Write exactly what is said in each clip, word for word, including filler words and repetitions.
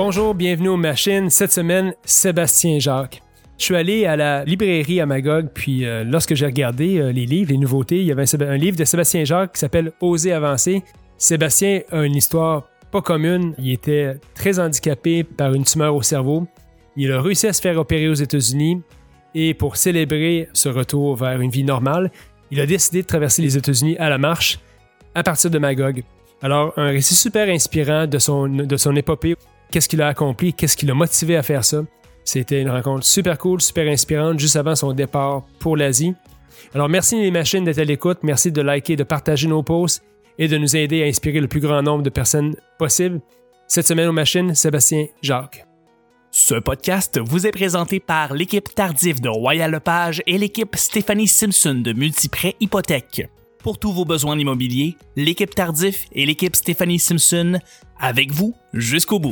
Bonjour, bienvenue aux machines. Cette semaine, Sébastien Jacques. Je suis allé à la librairie à Magog, puis euh, lorsque j'ai regardé euh, les livres, les nouveautés, il y avait un, un livre de Sébastien Jacques qui s'appelle « Oser avancer ». Sébastien a une histoire pas commune. Il était très handicapé par une tumeur au cerveau. Il a réussi à se faire opérer aux États-Unis et pour célébrer ce retour vers une vie normale, il a décidé de traverser les États-Unis à la marche à partir de Magog. Alors, un récit super inspirant de son, de son épopée. Qu'est-ce qu'il a accompli? Qu'est-ce qui l'a motivé à faire ça? C'était une rencontre super cool, super inspirante, juste avant son départ pour l'Asie. Alors, merci les machines d'être à l'écoute. Merci de liker, de partager nos posts et de nous aider à inspirer le plus grand nombre de personnes possible. Cette semaine aux machines, Sébastien Jacques. Ce podcast vous est présenté par l'équipe Tardif de Royal Lepage et l'équipe Stéphanie Simpson de Multiprêt Hypothèque. Pour tous vos besoins immobiliers, l'équipe Tardif et l'équipe Stéphanie Simpson, avec vous jusqu'au bout.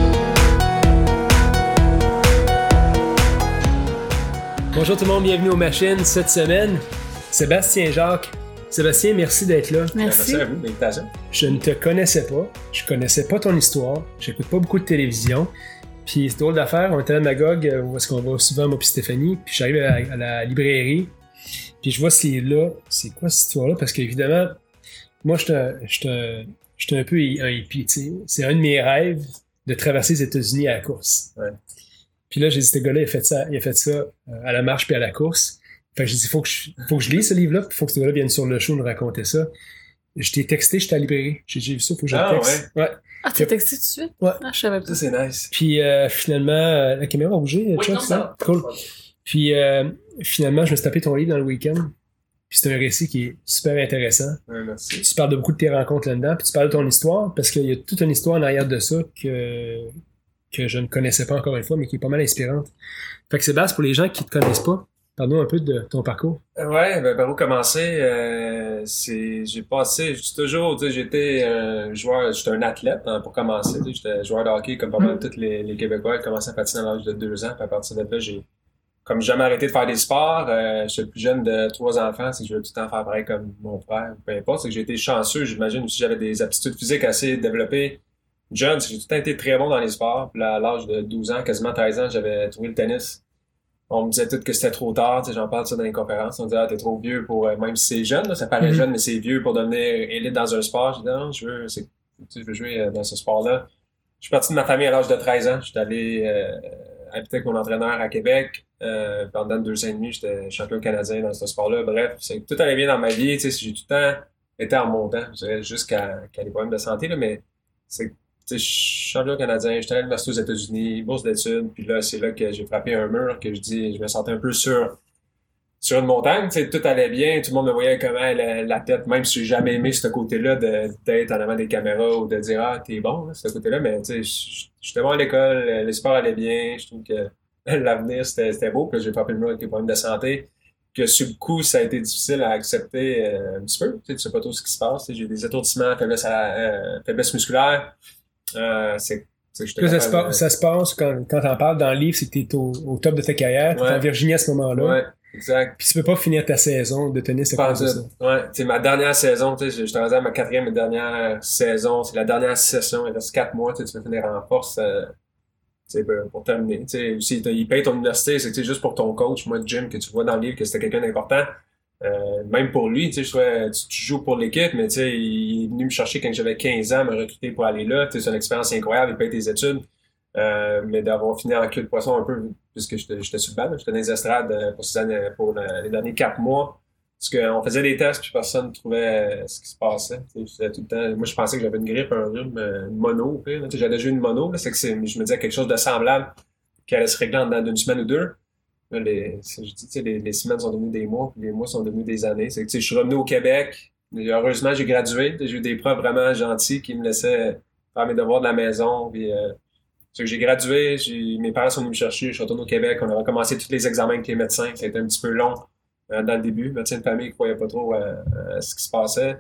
Bonjour tout le monde, bienvenue aux machines. Cette semaine, Sébastien Jacques. Sébastien, merci d'être là. Merci. Merci à vous de l'invitation. Je ne te connaissais pas, je connaissais pas ton histoire, j'écoute pas beaucoup de télévision. Puis c'est drôle d'affaire, on était à Magog, où est-ce qu'on va souvent, moi puis Stéphanie, puis j'arrive à la, à la librairie, puis je vois ce livre-là, c'est quoi cette histoire-là? Parce qu'évidemment, moi, je suis un, un peu un hippie, tu sais. C'est un de mes rêves de traverser les États-Unis à la course. Ouais. Puis là, j'ai dit, ce gars-là, il a fait ça, il a fait ça à la marche puis à la course. Fait que j'ai dit, faut que je, faut que je lise ce livre-là, puis faut que ce gars-là vienne sur le show nous raconter ça. Je t'ai texté, j'étais à la librairie. J'ai, j'ai vu ça, faut que je ah, le texte. Ouais. ouais. Ah, t'as texté tout de suite? Ouais. Ah, je savais pas. Ça, c'est nice. Puis euh, finalement, euh, la caméra a bougé, oui, Chuck, ça? Cool. Puis euh, finalement, je me suis tapé ton livre dans le week-end. Puis c'est un récit qui est super intéressant. Ouais, merci. Tu parles de beaucoup de tes rencontres là-dedans, puis tu parles de ton histoire, parce qu'il y a toute une histoire en arrière de ça que, que je ne connaissais pas encore une fois, mais qui est pas mal inspirante. Fait que Sébastien, pour les gens qui te connaissent pas, parle-nous un peu de ton parcours. Ouais, ben par où commencer? Euh, c'est, j'ai passé, j'ai toujours, tu sais, j'étais un joueur, j'étais un athlète hein, pour commencer. Tu sais, j'étais joueur de hockey comme pas mal tous les, les Québécois. J'ai commencé à patiner à l'âge de deux ans, puis à partir de là, j'ai comme jamais arrêté de faire des sports. Euh, j'étais le plus jeune de trois enfants, c'est que je voulais tout le temps faire pareil comme mon père, peu importe. C'est que j'ai été chanceux, j'imagine aussi j'avais des aptitudes physiques assez développées. Jeune, c'est que j'ai tout le temps été très bon dans les sports. Puis là, à l'âge de douze ans, quasiment treize ans, j'avais trouvé le tennis. On me disait tout que c'était trop tard, tu sais, j'en parle de ça dans les conférences. On me disait, ah, t'es trop vieux pour, euh, même si c'est jeune, là, ça paraît mm-hmm. jeune, mais c'est vieux pour devenir élite dans un sport. J'ai dit, non, je veux, c'est, tu sais, je veux jouer euh, dans ce sport-là. Je suis parti de ma famille à l'âge de treize ans. J'étais allé euh, habiter avec mon entraîneur à Québec. Euh, pendant deux ans et demi, j'étais champion canadien dans ce sport-là. Bref, c'est, tout allait bien dans ma vie. Tu sais, j'ai tout le temps été en montant, je dirais, jusqu'à, qu'à des problèmes de santé, là, mais c'est, tu sais, je suis champion canadien, j'étais allé à l'université aux États-Unis, bourse d'études, puis là, c'est là que j'ai frappé un mur, que je dis, je me sentais un peu sur, sur une montagne, tu sais, tout allait bien, tout le monde me voyait comment la, la tête, même si j'ai jamais aimé ce côté-là de, d'être en avant des caméras ou de dire, ah, t'es bon, là, ce côté-là, mais tu sais, j'étais bon à l'école, les sports allaient bien, je trouve que l'avenir, c'était, c'était beau, puis là, j'ai frappé le mur avec des problèmes de santé, que sur le coup, ça a été difficile à accepter euh, un petit peu, tu sais, tu sais pas trop ce qui se passe, tu sais, j'ai des étourdissements, faiblesse, à, euh, faiblesse musculaire. Euh, c'est, c'est que ça, se passe, ça se passe quand, quand t'en parles dans le livre, c'est que t'es au, au top de ta carrière, t'es ouais. en Virginie à ce moment-là. Ouais, exact. Puis tu peux pas finir ta saison de tennis à cause de ça. Ouais, c'est ma dernière saison, tu sais, j'étais rendu à ma quatrième et dernière saison, c'est la dernière session, il reste quatre mois, tu sais, tu veux finir en force, euh, tu sais, pour terminer. Tu sais, aussi, il paye ton université, c'est juste pour ton coach, moi, Jim, que tu vois dans le livre que c'était quelqu'un d'important. Euh, même pour lui, tu sais, je trouvais, tu, tu joues pour l'équipe, mais tu sais, il est venu me chercher quand j'avais quinze ans, me recruter pour aller là. Tu sais, c'est une expérience incroyable, il paye tes études. Euh, mais d'avoir fini en queue de poisson un peu, puisque j'étais, j'étais sur le banc, j'étais dans les estrades pour, ces années, pour le, les derniers quatre mois. Parce qu'on faisait des tests, puis personne ne trouvait ce qui se passait. Tu sais, tout le temps, moi, je pensais que j'avais une grippe, un rhume, une mono. Tu sais, j'avais déjà eu une mono, là, c'est que c'est, je me disais quelque chose de semblable qui allait se régler en dedans d'une semaine ou deux. Là, les, je dis, tu sais, les, les semaines sont devenues des mois, puis les mois sont devenus des années. C'est que, tu sais, je suis revenu au Québec. Heureusement, j'ai gradué. J'ai eu des profs vraiment gentils qui me laissaient faire mes devoirs de la maison. Puis, euh, c'est que j'ai gradué. J'ai, mes parents sont venus me chercher. Je suis retourné au Québec. On a recommencé tous les examens avec les médecins. Ça a été un petit peu long euh, dans le début. Médecin de famille ne croyait pas trop à, à ce qui se passait.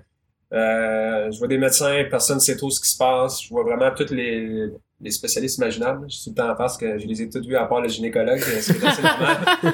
Euh, je vois des médecins, personne ne sait trop ce qui se passe. Je vois vraiment tous les, les spécialistes imaginables. Je suis tout le temps en face que je les ai tous vus à part le gynécologue. C'est assez normal.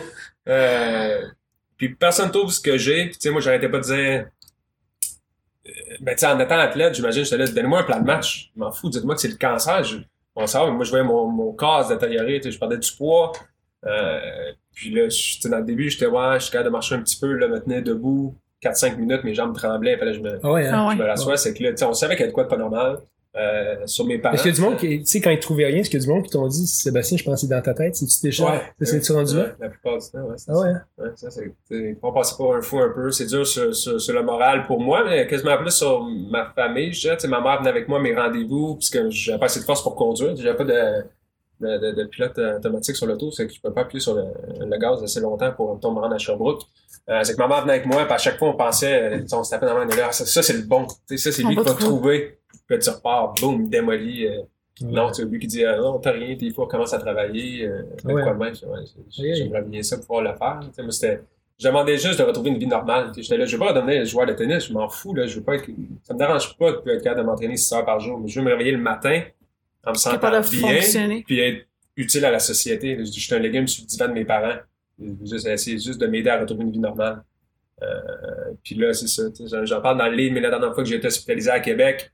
euh, puis personne ne trouve ce que j'ai. Puis tu sais, moi, j'arrêtais pas de dire... Ben tu sais, en étant athlète, j'imagine, j'étais là, donnez-moi un plan de match. Je m'en fous, dites-moi que c'est le cancer. Je, on sort, moi, je voyais mon, mon corps se détériorer, je perdais du poids. Euh, puis là, je, dans le début, j'étais, ouais, je suis capable de marcher un petit peu, là, me tenir debout quatre cinq minutes, mes jambes tremblaient, fallait que je me, ah ouais, hein? je me rassois. Ouais. C'est que là, on savait qu'il y avait de quoi de pas normal. Euh, sur mes parents. Est-ce qu'il y a du monde qui, tu sais, quand ils trouvaient rien, est-ce qu'il y a du monde qui t'ont dit, Sébastien, je pense que c'est dans ta tête, c'est-tu déjà, ouais, c'est tu rendu là? La plupart du temps, ouais. Ah ouais? Ça. Ouais, ça, c'est, c'est, on passait pas un fou un peu. C'est dur sur, sur, sur le moral pour moi, mais quasiment plus sur ma famille, je dirais. Tu sais, ma mère venait avec moi à mes rendez-vous, puisque j'avais pas assez de force pour conduire. J'avais pas de, de, de, de pilote automatique sur l'auto, c'est que je peux pas appuyer sur le, le gaz assez longtemps pour me rendre à Sherbrooke. Euh, c'est que ma mère venait avec moi, puis à chaque fois, on pensait, on se tapait dans la main, là, ça, ça, c'est le bon. Tu sais, ça, c'est lui qui va trouver. Puis tu repars, boum, démoli. Euh, ouais. Non, tu sais, lui qui dit, ah, non, t'as rien, t'es fou, on commence à travailler. Euh, ouais. Quoi de même, ouais, j'aimerais bien ça pouvoir le faire. Tu sais, moi, c'était, je demandais juste de retrouver une vie normale. Tu sais, j'étais là, je veux pas devenir joueur de tennis, je m'en fous, là, je veux pas être, ça me dérange pas de être capable de m'entraîner six heures par jour, mais je veux me réveiller le matin en me sentant bien, puis être utile à la société. Je suis un légume sur le divan de mes parents. Juste essayer juste de m'aider à retrouver une vie normale. Euh, puis là, c'est ça. J'en parle dans le livre, mais la dernière fois que j'ai été hospitalisé à Québec,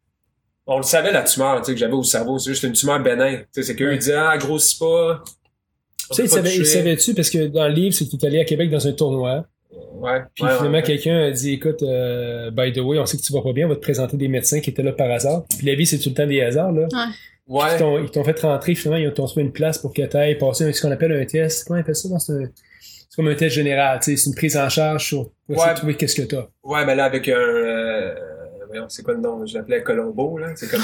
on le savait, la tumeur que j'avais au cerveau. C'est juste une tumeur bénin. C'est qu'eux, ils disaient, ah, grossis pas. Tu sais, ils savaient, ils savaient-tu, parce que dans le livre, c'est que tu es allé à Québec dans un tournoi. Ouais. Puis ouais, finalement, ouais, quelqu'un a dit, écoute, euh, by the way, on sait que tu vas pas bien, on va te présenter des médecins qui étaient là par hasard. Puis la vie, c'est tout le temps des hasards, là. Ouais. Ouais. Ils t'ont, ils t'ont fait rentrer, finalement, ils t'ont trouvé une place pour que tu ailles passer ce qu'on appelle un test. Comment on appelle ça? C'est, un, c'est comme un test général, tu sais, c'est une prise en charge sur pour essayer ouais. de trouver qu'est-ce que t'as. Ouais, ben là, avec un... Euh, voyons, c'est quoi le nom? Je l'appelais Colombo, là. C'est comme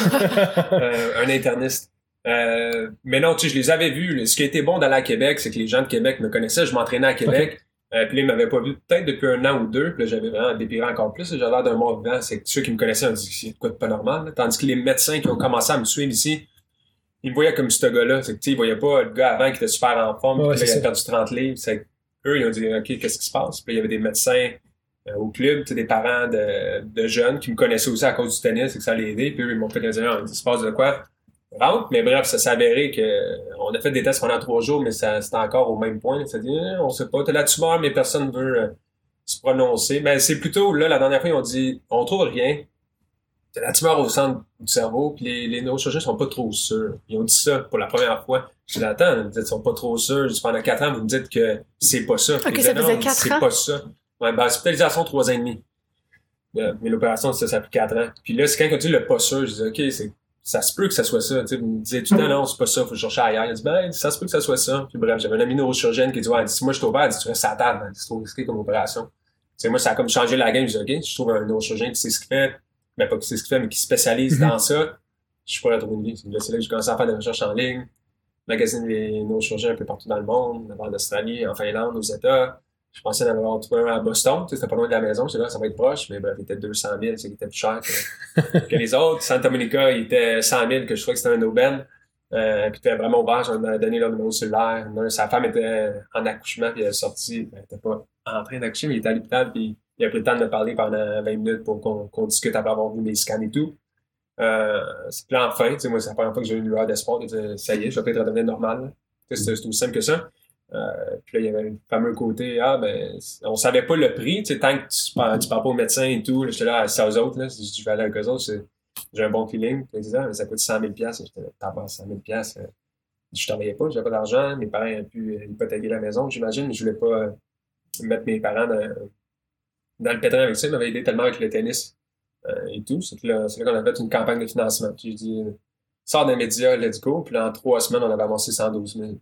euh, un interniste. Euh, mais non, tu sais, je les avais vus. Ce qui était bon d'aller à Québec, c'est que les gens de Québec me connaissaient. Je m'entraînais à Québec. Okay. Euh, puis là, ils m'avaient pas vu peut-être depuis un an ou deux. Puis là, j'avais vraiment dépiré encore plus. J'ai l'air d'un mort vivant. C'est que ceux qui me connaissaient ont dit que c'est quoi de pas normal. Là. Tandis que les médecins qui ont commencé à me suivre ici, ils me voyaient comme ce gars-là. C'est que, tu sais, ils voyaient pas le gars avant qui était super en forme. Ouais, puis là, il avait perdu trente livres. C'est que eux, ils ont dit, OK, qu'est-ce qui se passe? Puis là, il y avait des médecins euh, au club, tu sais, des parents de, de jeunes qui me connaissaient aussi à cause du tennis et que ça allait aider. Puis eux, ils m'ont fait dire, il se passe de quoi? Rentre, mais bref, ça s'est avéré que on a fait des tests pendant trois jours, mais ça c'était encore au même point. C'est-à-dire, on sait pas, t'as la tumeur, mais personne veut euh, se prononcer. Mais c'est plutôt, là, la dernière fois, ils ont dit, on trouve rien. T'as la tumeur au centre du cerveau, puis les, les neurochirurgiens sont pas trop sûrs. Ils ont dit ça pour la première fois. Je dis, attends, vous me dites, ils sont pas trop sûrs. Je dis, pendant quatre ans, vous me dites que c'est pas ça. Ok, disais, ça faisait non, quatre c'est ans? pas ça. Ouais, ben, hospitalisation, trois ans et demi. Euh, mais l'opération, ça, ça a pris quatre ans. Puis là, c'est quand ils ont dit le pas sûr, je dis, OK, c'est ça se peut que ça soit ça. Tu sais, vous me disiez tout le temps, non, c'est pas ça, faut que je cherche ailleurs. Il a dit, ben, ça se peut que ça soit ça. Puis bref, j'avais un ami neurochirurgienne qui dit, ouais, si moi je suis ouvert, elle dit, tu restes à la table, c'est trop risqué comme opération. Tu sais, moi, ça a comme changé la game. Je dis, OK, je trouve un neurochirurgien qui sait ce qu'il fait, ben, pas qui sait ce qu'il fait, mais qui spécialise dans ça, je pourrais trouver une vie. C'est là que j'ai commencé à faire des recherches en ligne, magasiner les neurochirurgiens un peu partout dans le monde, en Australie, en Finlande, aux États. Je pensais en avoir trouvé un à Boston, tu sais, c'était pas loin de la maison, je là, ça va être proche, mais bref, il était deux cent mille, c'est qu'il était plus cher que, que les autres. Santa Monica, il était cent mille, que je trouvais que c'était un aubaine. Euh, puis c'était vraiment ouvert, j'en ai donné leur numéro cellulaire. Sa femme était en accouchement, puis elle est sortie, elle était pas en train d'accoucher, mais il était à l'hôpital, puis il a pris le temps de me parler pendant vingt minutes pour qu'on, qu'on discute après avoir vu mes scans et tout. Euh, c'est puis enfin, tu sais, moi, c'est la première fois que j'ai eu une lueur d'espoir, de dire, ça y est, je vais peut-être redevenir normal. C'est, c'est aussi simple que ça. Euh, puis là, il y avait le fameux côté, ah, ben, on savait pas le prix, tu sais, tant que tu parles, tu parles pas aux médecins et tout, là, j'étais là, c'est aux autres, là, si je vais aller avec eux autres, c'est, j'ai un bon feeling. Puis ils disaient, ah, mais ça coûte cent mille piastres. J'étais là, t'as pas cent mille piastres. Je travaillais pas, j'avais pas d'argent, mes parents avaient pu hypothéquer la maison, j'imagine, mais je voulais pas euh, mettre mes parents dans, dans le pétrin avec ça, ils m'avaient aidé tellement avec le tennis euh, et tout. C'est que là, c'est là qu'on a fait une campagne de financement. Puis j'ai dit, sors des médias, let's go. Puis là, en trois semaines, on avait avancé cent douze mille.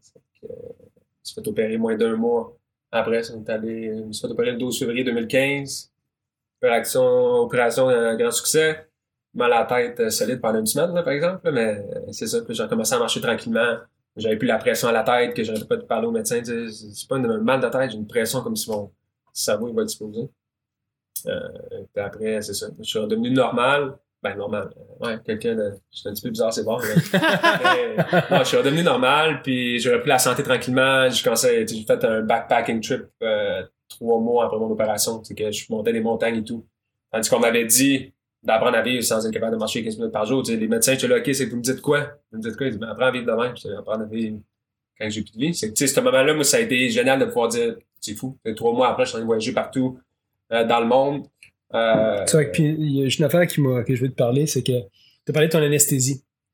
Je me suis fait opérer moins d'un mois après. On est allé, je me suis fait opérer le douze février deux mille quinze. Opération, opération un grand succès. Mal à la tête euh, solide pendant une semaine, là, par exemple. Là, mais euh, c'est ça. Puis j'ai recommencé à marcher tranquillement. J'avais plus la pression à la tête, que j'arrêtais pas de parler au médecin. C'est, c'est pas un mal de tête, j'ai une pression comme si mon cerveau il va exploser. Euh, puis après, c'est ça. Je suis redevenu normal. Ben, normal. Ouais, quelqu'un de... J'étais un petit peu bizarre, c'est bon. Mais... non, je suis redevenu normal, puis j'ai repris la santé tranquillement. J'ai commencé, j'ai fait un backpacking trip euh, trois mois après mon opération. C'est que je montais des montagnes et tout. Tandis qu'on m'avait dit d'apprendre à vivre sans être capable de marcher quinze minutes par jour. Tu sais, les médecins, j'étais là, OK, c'est que vous me dites quoi? Vous me dites quoi? Ils disent, ben, apprends à vivre demain. J'étais apprendre à vivre quand j'ai plus de vie. C'est que, tu sais, ce moment-là, moi, ça a été génial de pouvoir dire, c'est fou. Trois mois après, je suis en train de voyager partout euh, dans le monde. Euh, tu vois, puis il y a une affaire qui m'a, que je veux te parler, c'est que tu as parlé de ton anesthésie.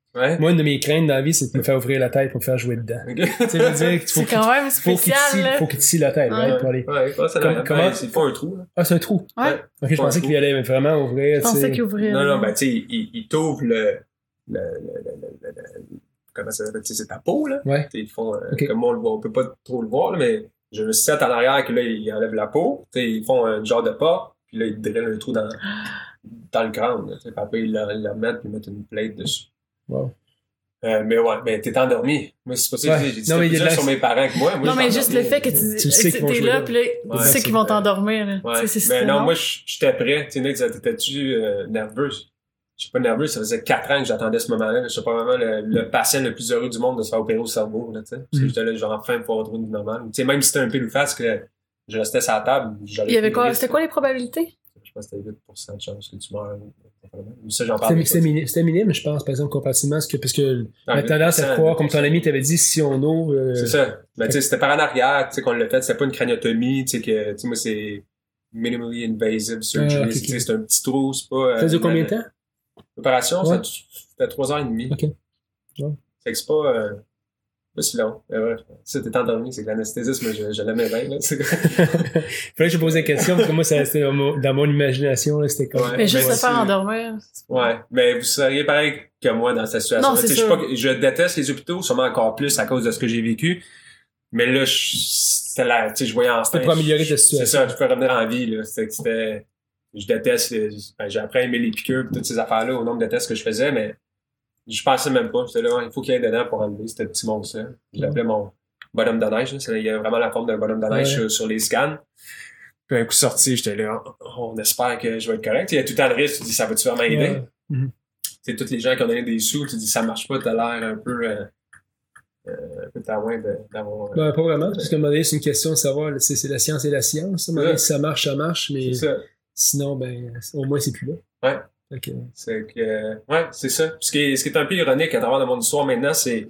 Ouais. Moi, une de mes craintes dans la vie, c'est de me faire ouvrir la tête pour me faire jouer dedans. Ok. Tu sais, je veux dire qu'il faut C'est qu'il quand même faut qu'il spécial, te scie- là. faut qu'il te scie la tête, Ouais. right, pour aller. Ouais, ouais, ça Comme- n'a comment- C'est pas un trou, là. Ah, c'est un trou. Ouais. Ok, je Pas pensais un qu'il trou. allait vraiment ouvrir. Je tu pensais sais. qu'il ouvrait. Non, là. non, ben, tu sais, il, il t'ouvre le, le, le, le, le, le, le- comment ça s'appelle, tu sais, c'est ta peau, là. Ouais. Tu sais, ils font, euh, Ok. comme on le voit, on peut pas trop le voir, là, mais j'ai un set en arrière que là, ils enlèvent la peau, tu sais, ils font un genre de pas, puis là, ils drillent un trou dans, dans le crâne, là, tu sais, puis après, ils le, ils le remettent, puis ils mettent une plate dessus. Wow. Euh, mais ouais, mais t'es endormi. Moi, c'est pas ça que Ouais. j'ai dit. J'ai dit Non, mais c'était il y a plus de dur sur mes parents que moi. moi Non, j'étais mais juste le endormi. fait que tu, Tu le sais qu'ils vont t'es jouer là, là. puis là, Ouais, tu sais c'est qu'ils vont vrai. t'endormir. Là. Ouais. Tu sais, c'est Mais non, stressant. moi, j- j'étais prêt. Tu sais, Nick, t'étais-tu euh, nerveux? Je suis pas nerveux, ça faisait quatre ans que j'attendais ce moment-là. Je suis pas vraiment le, le patient le plus heureux du monde de se faire opérer au cerveau, là, tu sais. Parce que Mm. j'étais là, genre, enfin, pour avoir une vie normale. Tu sais, même si c'était un pile ou face, que je restais sur la table, j'aurais Il y avait pris quoi? le risque. C'était quoi les probabilités? Je pense que c'était huit pour cent de chance que tu meurs. Mais ça, j'en C'était parle. c'était minime, c'était minime, je pense, par exemple, comparativement à ce que, parce que Ah, la tendance à huit pour cent, croire, comme ton huit pour cent. ami t'avait dit, si on ouvre, euh, C'est ça. Mais tu sais, c'était par en arrière, tu sais, qu'on l'a fait. C'était pas une craniotomie, tu sais, que, tu sais, moi, c'est minimally invasive surgery. Ah, ok, Tu sais, ok. c'est un petit trou, c'est pas. ça euh, dure combien de une- temps? L'opération, Ouais. ça fait trois heures et demie. Ok. Ouais. Fait que c'est pas, euh, pas si long. Mais ouais, ça, t'es endormi, c'est que l'anesthésisme, je, je l'aimais bien, là. C'est- Fallait que je pose la question, parce que moi, ça restait dans mon, dans mon imagination, là, c'était comme... Ouais. Mais juste ben, se faire c'est- endormir. Ouais. Mais vous seriez pareil que moi dans cette situation. Non, c'est Tu sais, je, suis sûr. pas- je déteste les hôpitaux, sûrement encore plus à cause de ce que j'ai vécu. Mais là, je, c'était là, tu sais, je voyais enfin. C'était pour améliorer ta je- situation. C'est ça, je peux revenir en vie, là. C'était, c'était, je déteste, les- ben, j'ai appris à aimer les piqûres, toutes ces affaires-là, au nombre de tests que je faisais, mais je pensais même pas. J'étais là, il faut qu'il y ait dedans pour enlever ce petit monstre-là. Je l'appelais mon bonhomme de neige, là. C'est- il y a vraiment la forme d'un bonhomme de neige Ouais. sur, sur les scans. Puis un coup sorti, j'étais là, on espère que je vais être correct. Il y a tout le temps le risque, tu dis, ça va-tu vraiment aider? Ouais. Mhm. Tu sais, tous les gens qui ont donné des sous, tu dis, ça marche pas, t'as l'air un peu, euh, euh, un peu témoin de- d'avoir. euh, Ben, pas vraiment, parce qu'à un moment donné, c'est une question de savoir, là, c'est c'est la science et la science. À un moment donné, Ouais. si ça marche, ça marche, mais c'est ça. sinon, ben, au moins, c'est plus là. Ouais. Fait que, C'est que, euh, ouais, c'est ça. Ce qui est, ce qui est un peu ironique à travers de mon histoire maintenant, c'est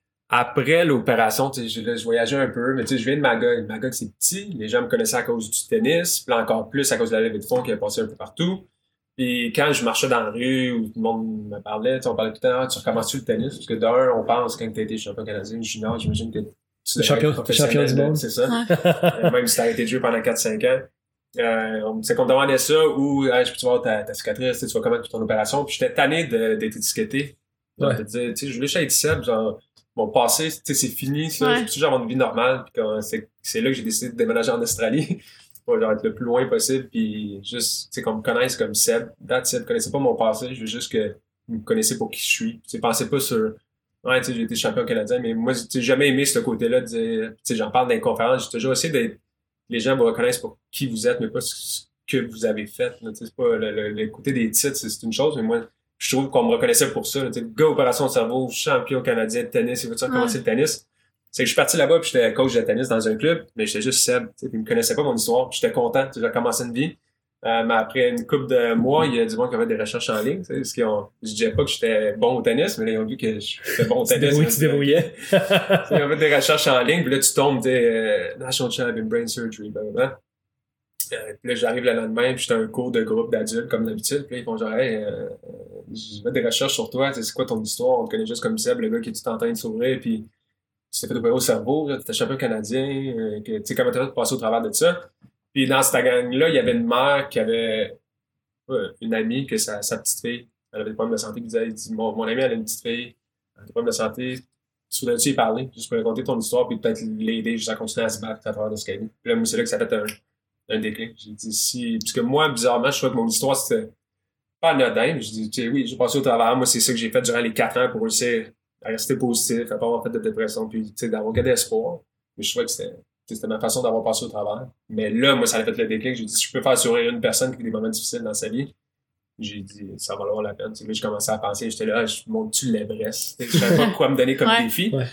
après l'opération, tu sais, je, là, je voyageais un peu, mais tu sais, je viens de Magog. Magog, c'est petit. Les gens me connaissaient à cause du tennis, puis là, encore plus à cause de la levée de fond qui a passé un peu partout. Puis quand je marchais dans la rue, où tout le monde me parlait, tu sais, on parlait tout le temps, ah, tu recommences-tu le tennis? Parce que d'un, on pense, quand tu as été champion canadien junior, j'imagine que tu devrais Champion- être professionnel, champion du monde. C'est ça. Ouais. Euh, même si t'as arrêté de jouer pendant quatre cinq ans. Euh, on- c'est qu'on me demandait ça, ou hey, je peux-tu voir ta, ta cicatrice, tu sais, tu vois comment tu ton opération, puis j'étais tanné de, d'être étiqueté. Genre, Ouais. de dire, tu sais, je voulais juste être Seb, genre, mon passé, tu sais, c'est fini, ça, Ouais. je peux toujours avoir une vie normale, puis quand c'est, c'est là que j'ai décidé de déménager en Australie, pour genre être le plus loin possible, puis juste, tu sais, qu'on me connaisse comme Seb. That's it, connaissez pas mon passé, je veux juste que vous me connaissez pour qui je suis. Tu sais, pensez pas sur, ouais, tu sais, j'ai été champion canadien, mais moi, j'ai jamais aimé ce côté-là de dire, tu sais, j'en parle dans les conférences, j'ai toujours essayé d'être, les gens vous reconnaissent pour qui vous êtes, mais pas ce que vous avez fait. Là. Tu sais, c'est pas le, le, le côté des titres, c'est, c'est une chose, mais moi, je trouve qu'on me reconnaissait pour ça. Là. Tu sais, gars, opération de cerveau, champion canadien de tennis, il veut-tu recommencer le tennis? C'est que je suis parti là-bas, puis j'étais coach de tennis dans un club, mais j'étais juste Seb, tu sais, puis ils me connaissaient pas mon histoire, puis j'étais content, tu sais, j'ai commencé une vie. Euh, mais après une couple de mois, il y a du monde qui avait des recherches en ligne, tu sais, parce qu'ils ont, je disais pas que j'étais bon au tennis, mais là, ils ont vu que j'étais bon au tu te tennis. débrouilles, tu te débrouillais. Ils ont fait des recherches en ligne, puis là, tu tombes, tu sais, euh, National Champion Brain Surgery, blablabla. Euh, puis là, j'arrive le lendemain, puis j'étais à un cours de groupe d'adultes, comme d'habitude, puis là, ils font genre, hey, euh, euh, j'ai fait des recherches sur toi, tu sais, c'est quoi ton histoire? On te connaît juste comme Seb, le gars qui est tout en train de s'ouvrir, puis tu t'es fait opérer au cerveau, tu étais champion canadien, euh, que, tu sais, comment t'as fait de passer au travers de ça? Puis dans cette gang-là, il y avait une mère qui avait euh, une amie que sa, sa petite fille, elle avait des problèmes de santé, qui disait, elle dit, mon, mon amie, elle a une petite fille, elle a des problèmes de santé, tu voudrais-tu y parler, juste pour raconter ton histoire, puis peut-être l'aider juste à continuer à se battre à travers de ce qu'elle vit. Puis là, moi, c'est là que ça a fait un, un déclic. J'ai dit, si, parce que moi, bizarrement, je trouvais que mon histoire, c'était pas anodin, mais je dis, tu sais, oui, j'ai passé au travers, moi, c'est ça que j'ai fait durant les quatre ans pour réussir à rester positif, à pas avoir fait de dépression, puis, tu sais, d'avoir gardé espoir. Mais je trouvais que c'était, c'était ma façon d'avoir passé au travers. Mais là, moi, ça a fait le déclic. J'ai dit, si je peux faire sourire une personne qui vit des moments difficiles dans sa vie, j'ai dit, ça va valoir la peine. Tu sais, là, je commençais à penser, j'étais là, ah, je monte-tu l'Everest? Je savais pas quoi me donner comme Ouais. défi. Ouais.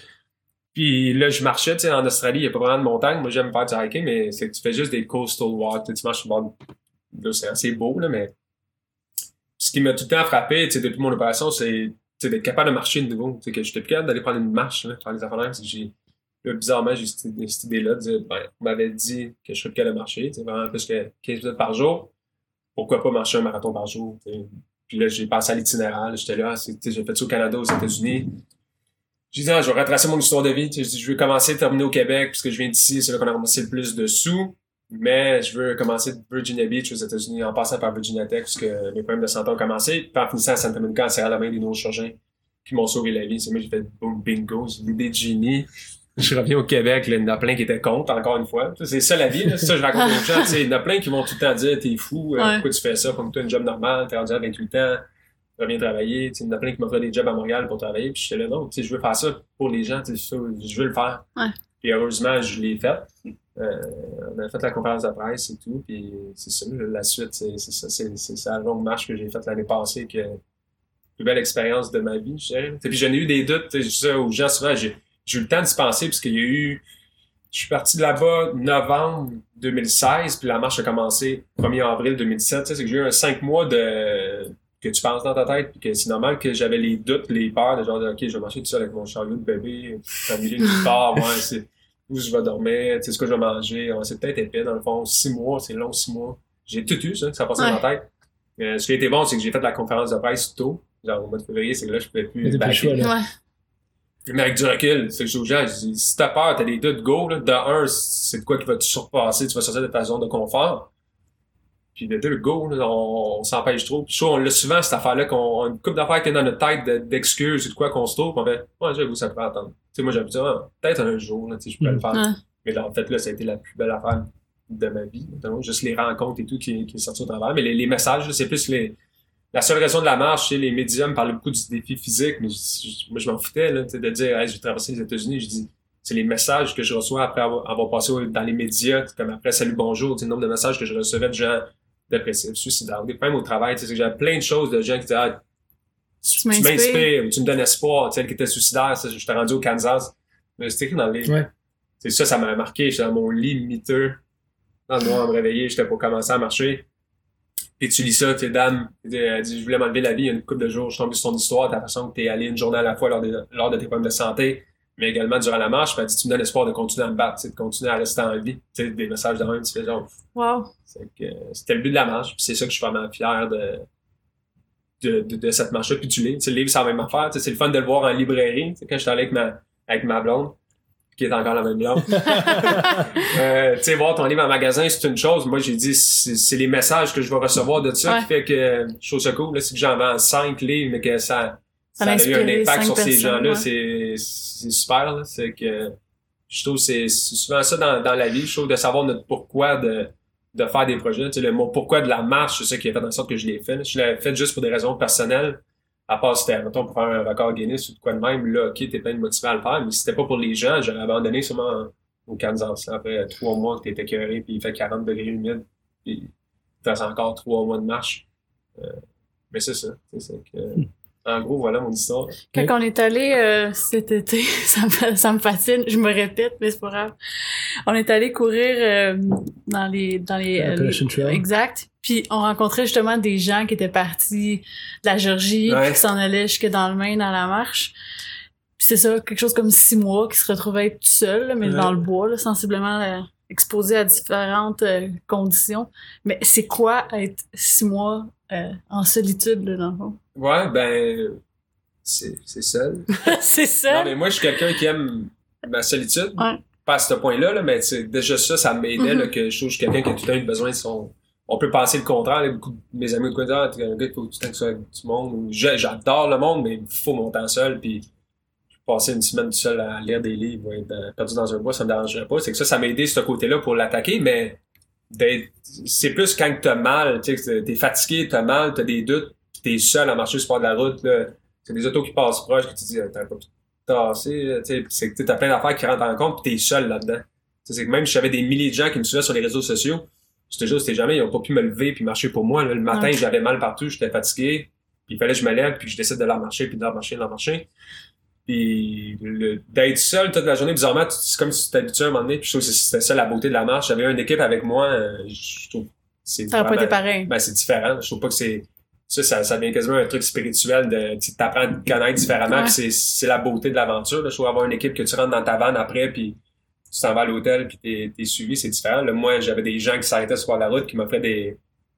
Puis là, je marchais, tu sais, en Australie, il n'y a pas vraiment de montagne. Moi, j'aime faire du hiking, mais c'est que tu fais juste des coastal walks. Tu sais, tu marches sur le bord de l'océan. C'est beau, là, mais ce qui m'a tout le temps frappé, tu sais, depuis mon opération, c'est, tu sais, d'être capable de marcher de nouveau. Tu sais, que j'étais plus capable d'aller prendre une marche, là, faire des affaires. Là, j'ai, là, bizarrement, j'ai cette, cette idée-là de dire, ben, on m'avait dit que je serais plus capable de marcher, tu sais, vraiment plus que quinze minutes par jour. Pourquoi pas marcher un marathon par jour, tu sais. Puis là, j'ai pensé à l'itinéraire. J'étais là, c'est, j'ai fait ça au Canada, aux États-Unis. J'ai dit, ah, je vais retracer mon histoire de vie. J'ai dit, je veux commencer à terminer au Québec, puisque je viens d'ici, c'est là qu'on a ramassé le plus de sous. Mais je veux commencer de Virginia Beach aux États-Unis en passant par Virginia Tech, puisque mes problèmes de santé ont commencé. Puis en finissant à Santa Monica, en serrant la main des neurochirurgiens qui m'ont sauvé la vie. C'est moi, j'ai fait boom, bingo, j'ai l'idée de génie. Je reviens au Québec, là, il y en a plein qui étaient contre, encore une fois. C'est ça la vie, là. C'est ça que je raconte aux gens. Il y en a plein qui vont tout le temps dire, t'es fou, euh, ouais. pourquoi tu fais ça? Faut que tu aies une job normale, t'es rendu à vingt-huit ans, reviens travailler. T'sais, il y en a plein qui m'offraient des jobs à Montréal pour travailler. Puis j'étais là, non, je veux faire ça pour les gens, ça, je veux le faire. Ouais. Puis heureusement, je l'ai fait. Euh, on a fait la conférence de presse et tout, puis c'est ça, la suite, c'est, c'est ça, c'est, c'est, c'est la longue marche que j'ai faite l'année passée, que la plus belle expérience de ma vie, je dirais. Puis j'en ai eu des doutes, tu sais, aux gens, souvent, j'ai, j'ai eu le temps d'y penser, parce qu'il y a eu, je suis parti de là-bas novembre deux mille seize, puis la marche a commencé premier avril deux mille dix-sept, tu sais, c'est que j'ai eu un cinq mois de, que tu penses dans ta tête, puis que c'est normal que j'avais les doutes, les peurs, de genre, de, ok, je vais marcher tout seul avec mon chariot de bébé, au milieu du tard, moi, c'est, où je vais dormir, tu sais, ce que je vais manger. Ouais, c'est peut-être épais, dans le fond. Six mois, c'est long, six mois. J'ai tout eu, ça, ça a passé ouais. dans ma tête. Euh, ce qui a été bon, c'est que j'ai fait la conférence de presse tôt. Genre, au mois de février, c'est que là, je pouvais plus backer. Ouais. Mais avec du recul, c'est que je dis aux gens, je dis, si t'as peur, t'as des doutes, go, là. De un, c'est de quoi qui va te surpasser, tu vas sortir de ta zone de confort. Puis de deux, go, là, on, on s'empêche trop. Puis je trouve, on l'a souvent, cette affaire-là, qu'on, on a une couple d'affaires qui est dans notre tête de, d'excuses, de quoi qu'on se trouve, on fait, ouais, j'avoue, ça peut attendre. Tu sais, moi, j'avais dit, ah, peut-être un jour, là, tu sais, je pourrais mmh. le faire. Ouais. Mais là, en fait, là, ça a été la plus belle affaire de ma vie. Notamment, juste les rencontres et tout qui, qui est sorti au travers. Mais les, les messages, là, c'est plus les, la seule raison de la marche, c'est les médias me parlaient beaucoup du défi physique, mais je, je, moi, je m'en foutais, là, tu sais, de dire, hey, j'ai traversé les États-Unis, je dis, c'est les messages que je reçois après avoir, avoir passé dans les médias, comme après Salut Bonjour, tu sais, le nombre de messages que je recevais de gens dépressifs, suicidaires, des problèmes au travail, tu sais, c'est que j'avais plein de choses de gens qui disaient, ah, tu, tu m'inspires, tu me donnes espoir, tu sais, qui était suicidaire, ça, je t'ai rendu au Kansas. Mais c'était écrit dans le livre. Ouais. C'est ça, ça m'a marqué, j'étais dans mon lit miteux, dans le noir, à me réveiller, j'étais pour commencer à marcher. Puis tu lis ça, tu sais, dame, elle dit, je voulais m'enlever la vie il y a une couple de jours, je suis tombé sur ton histoire, ta façon que t'es allé une journée à la fois lors, des, lors de tes problèmes de santé, mais également durant la marche, puis elle dit, tu me donnes espoir de continuer à me battre, de continuer à rester en vie. Tu sais, des messages de même, tu fais genre. Wow. C'est que, c'était le but de la marche, puis c'est ça que je suis vraiment fier de, de, de, de cette marche-là, puis tu lis. Tu sais, le livre, c'est la même affaire, tu sais, c'est le fun de le voir en librairie, tu sais, quand j'étais allé avec ma, avec ma blonde, qui est encore la même blonde. euh, tu sais, voir ton livre en magasin, c'est une chose. Moi, j'ai dit, c'est, c'est les messages que je vais recevoir de ça ouais. qui fait que je trouve ça cool. Là, c'est que j'en vends cinq livres, mais que ça, ça, ça a eu un impact sur ces gens-là. Ouais. C'est, c'est super, là. C'est que, je trouve, c'est, c'est souvent ça dans, dans la vie. Je trouve de savoir notre pourquoi de, de faire des projets. Tu sais, le mot pourquoi de la marche, c'est ça qui a fait en sorte que je l'ai fait. Là. Je l'ai fait juste pour des raisons personnelles. À part si c'était, mettons, pour faire un record Guinness ou de quoi de même, là, ok, t'es plein de motivé à le faire, mais si c'était pas pour les gens, j'aurais abandonné sûrement au Kansas, là, après trois mois que t'étais écœuré, puis il fait quarante degrés humide, puis il te reste encore trois mois de marche. Euh, mais c'est ça, c'est ça que, en gros, voilà mon histoire. Quand on est allé euh, cet été, ça me, ça me fascine, je me répète, mais c'est pas grave. On est allé courir euh, dans les... dans les, euh, les exact. Puis on rencontrait justement des gens qui étaient partis de la Géorgie, ouais. qui s'en allaient jusque dans le Maine dans la marche. Puis c'est ça, quelque chose comme six mois, qui se retrouvaient être tout seul, mais ouais. dans le bois, là, sensiblement euh, exposés à différentes euh, conditions. Mais c'est quoi être six mois euh, en solitude, là, dans le fond? Ouais, ben, c'est, c'est seul. c'est seul? Non, mais moi, je suis quelqu'un qui aime ma solitude. Ouais. Pas à ce point-là, là, mais déjà ça, ça m'aidait, mm-hmm. là, que je trouve que je suis quelqu'un qui a tout le temps eu besoin de son... On peut penser le contraire, là, beaucoup de mes amis de quoi dire, t'es un gars, il faut tout le temps que tu sois avec du monde. J'adore le monde, mais il faut mon temps seul, puis passer une semaine tout seul à lire des livres, ou être perdu dans un bois, ça me dérangerait pas. C'est que ça, ça m'a aidé ce côté-là pour l'attaquer, mais d'être, c'est plus quand t'as mal, tu sais, t'es fatigué, t'as mal, t'as des doutes, pis t'es seul à marcher sur le bord de la route, là. C'est des autos qui passent proches, que tu te dis, t'as pas tout tassé, tu sais, c'est que t'as plein d'affaires qui rentrent en compte, pis t'es seul là-dedans. T'sais, c'est que même si j'avais des milliers de gens qui me suivaient sur les réseaux sociaux, c'était juste, c'était jamais, ils ont pas pu me lever puis marcher pour moi. Là, le matin, ouais. j'avais mal partout, j'étais fatigué, puis il fallait que je me lève, puis que je décide de la marcher, puis de la marcher, de la marcher. Puis le, d'être seul toute la journée, bizarrement, c'est comme si tu t'habituais à un moment donné, puis je trouve que c'était ça la beauté de la marche. J'avais une équipe avec moi, euh, je trouve c'est ça n'a pas été pareil. Ben, c'est différent. Je trouve pas que c'est ça, ça, ça devient quasiment un truc spirituel de tu t'apprends à te connaître différemment, ouais. puis c'est, c'est la beauté de l'aventure. Là. Je trouve avoir une équipe que tu rentres dans ta vanne après, puis tu t'en vas à l'hôtel puis t'es, t'es suivi, c'est différent. Là, moi, j'avais des gens qui s'arrêtaient sur la route, qui m'offraient des,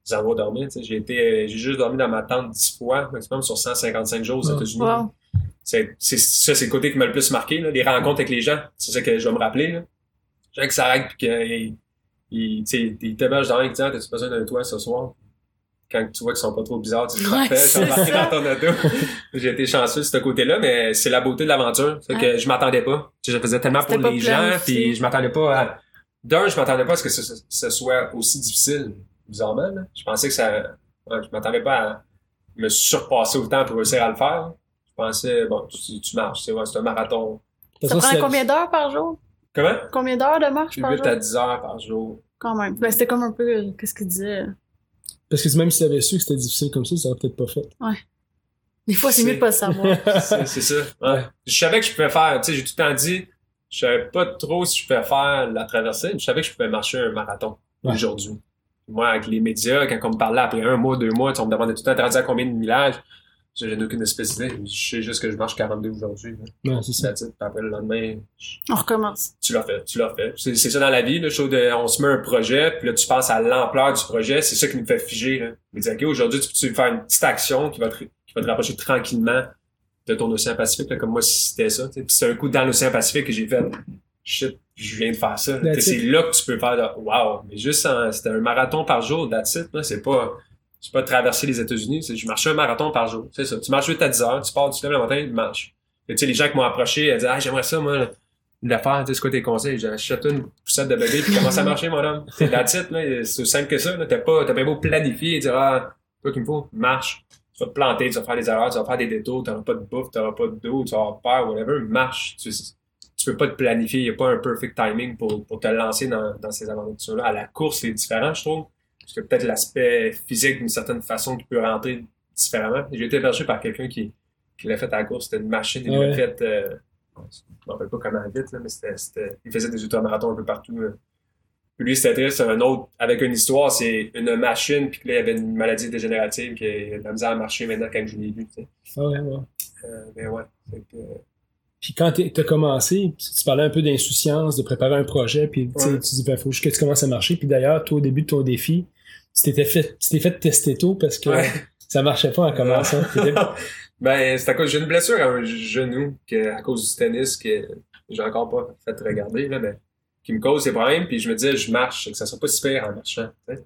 endroits dormir. J'ai été, j'ai juste dormi dans ma tente dix fois, maximum sur cent cinquante-cinq jours aux États-Unis. Wow. C'est, c'est, ça, c'est le côté qui m'a le plus marqué, là, les rencontres avec les gens. C'est ça que je vais me rappeler, là. Les gens qui s'arrêtent pis qu'ils, ils, tu sais, ils t'hébergent dans un qui disent, t'as-tu besoin d'un toit ce soir? Quand tu vois qu'ils sont pas trop bizarres, tu te rappelles, ouais, j'ai embarqué dans ton auto. J'ai été chanceux de ce côté-là, mais c'est la beauté de l'aventure. C'est ouais. que je m'attendais pas. Je le faisais tellement C'était pour les gens, puis je m'attendais pas à, d'un, je m'attendais pas à ce que ce, ce soit aussi difficile, bizarrement, là. Je pensais que ça, ouais, je m'attendais pas à me surpasser autant pour réussir à le faire. Je pensais, bon, tu, tu marches, c'est, ouais, c'est un marathon. Ça, ça prend combien d'heures par jour? Comment? Combien d'heures de marche par jour? huit à dix heures par jour. Quand même. Ben, c'était comme un peu, qu'est-ce qu'il disait? Parce que même si tu avais su que c'était difficile comme ça, ça aurait peut-être pas fait. Ouais. Des fois, c'est, c'est... mieux de pas le savoir. c'est, c'est ça. Ouais. Ouais. Je savais que je pouvais faire, tu sais, j'ai tout le temps dit, je savais pas trop si je pouvais faire la traversée, mais je savais que je pouvais marcher un marathon ouais. aujourd'hui. Moi, avec les médias, quand on me parlait après un mois, deux mois, on me demandait tout le temps de à combien de millages. Je n'ai aucune espèce d'idée. Je sais juste que je marche quarante-deux aujourd'hui. Ouais, c'est ça. Puis après, le lendemain... Je... On recommence. Tu l'as fait, tu l'as fait. C'est, c'est ça dans la vie, là, chose de, on se met un projet, puis là, tu penses à l'ampleur du projet, c'est ça qui nous fait figer, là. Mais dis, OK, aujourd'hui, tu peux faire une petite action qui va te, qui va te rapprocher tranquillement de ton océan Pacifique, là, comme moi, si c'était ça. T'sais. Puis c'est un coup dans l'océan Pacifique que j'ai fait, shit, je viens de faire ça. Là. C'est là que tu peux faire, là, wow. Mais juste, en, c'était un marathon par jour, that's it, là, c'est pas... C'est pas traverser les États-Unis, c'est je marchais un marathon par jour. C'est ça. Tu marches huit à dix heures, tu pars, tu te lèves le matin, tu marches. Et tu sais, les gens qui m'ont approché, ils disaient, ah, j'aimerais ça, moi, le faire, tu sais, c'est quoi tes conseils? J'achète une poussette de bébé, puis commence à marcher, mon homme. C'est la titre, là, c'est aussi simple que ça, là. T'as pas, t'as pas beau planifier et dire, ah, quoi qu'il me faut, marche. Tu vas te planter, tu vas faire des erreurs, tu vas faire des détours, t'auras pas de bouffe, t'auras pas d'eau, tu vas avoir peur, whatever, marche. Tu, tu peux pas te planifier, il y a pas un perfect timing pour, pour te lancer dans, dans ces aventures-là. À la course, c'est différent, je trouve. Parce que peut-être l'aspect physique d'une certaine façon qui peut rentrer différemment. J'ai été hébergé par quelqu'un qui, qui l'a fait à la course. C'était une machine. Il ouais. l'a fait, euh, je me rappelle pas comment vite, là, mais c'était, c'était, il faisait des ultramarathons un peu partout. Là. Puis lui, c'était triste. Un autre, avec une histoire, c'est une machine, puis là, il avait une maladie dégénérative qui a de la misère à marcher maintenant quand je l'ai vu. Tu sais. Ah ouais, ouais. Euh, mais ouais. Fait que, euh, puis quand t'as commencé, tu parlais un peu d'insouciance, de préparer un projet, puis ouais. tu dis, ben, faut juste que tu commences à marcher. Puis d'ailleurs, toi, au début de ton défi, tu t'étais fait, tu t'es fait tester tôt parce que ouais. ça marchait pas en commençant. Ben, c'est à cause, j'ai une blessure à un genou, que, à cause du tennis, que j'ai encore pas fait regarder, là, mais qui me cause des problèmes, puis je me disais, je marche, que ça soit pas si pire en marchant, tu sais.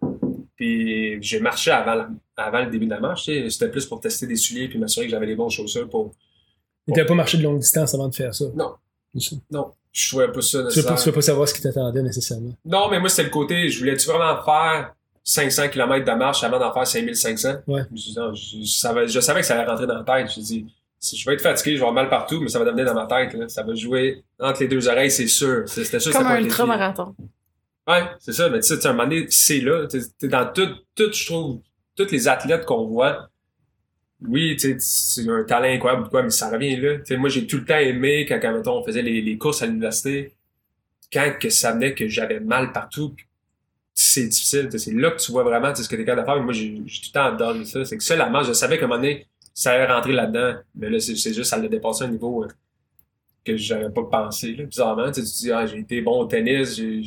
Puis j'ai marché avant, la, avant le début de la marche, tu sais. C'était plus pour tester des souliers puis m'assurer que j'avais les bons chaussures pour... Mais t'avais pas marché de longue distance avant de faire ça? Non. Non. Je trouvais pas ça nécessaire. Tu veux pas, tu veux pas savoir ce qui t'attendait nécessairement? Non, mais moi, c'était le côté, je voulais-tu vraiment faire cinq cents kilomètres de marche avant d'en faire cinq mille cinq cents? Ouais. Je, non, je, je, savais, je savais que ça allait rentrer dans la tête. Je dis, si je vais être fatigué, je vais avoir mal partout, mais ça va devenir dans ma tête, là. Ça va jouer entre les deux oreilles, c'est sûr. C'était sûr. Comme un ultra-marathon. Ouais, c'est ça. Mais tu sais, à un moment donné, c'est là. T'es, t'es dans tout, tout, je trouve, tous les athlètes qu'on voit. Oui, tu sais, c'est un talent incroyable ou quoi, mais ça revient là. Tu sais, moi, j'ai tout le temps aimé quand, quand mettons, on faisait les, les courses à l'université, quand que ça venait que j'avais mal partout, c'est difficile. C'est là que tu vois vraiment ce que t'es capable de faire. Moi, j'ai, j'ai tout le temps adoré ça. C'est que ça, la marche, je savais qu'à un moment donné, ça allait rentrer là-dedans. Mais là, c'est, c'est juste, ça l'a dépassé un niveau euh, que j'avais pas pensé. Là. Bizarrement, tu te dis, ah, j'ai été bon au tennis, j'ai,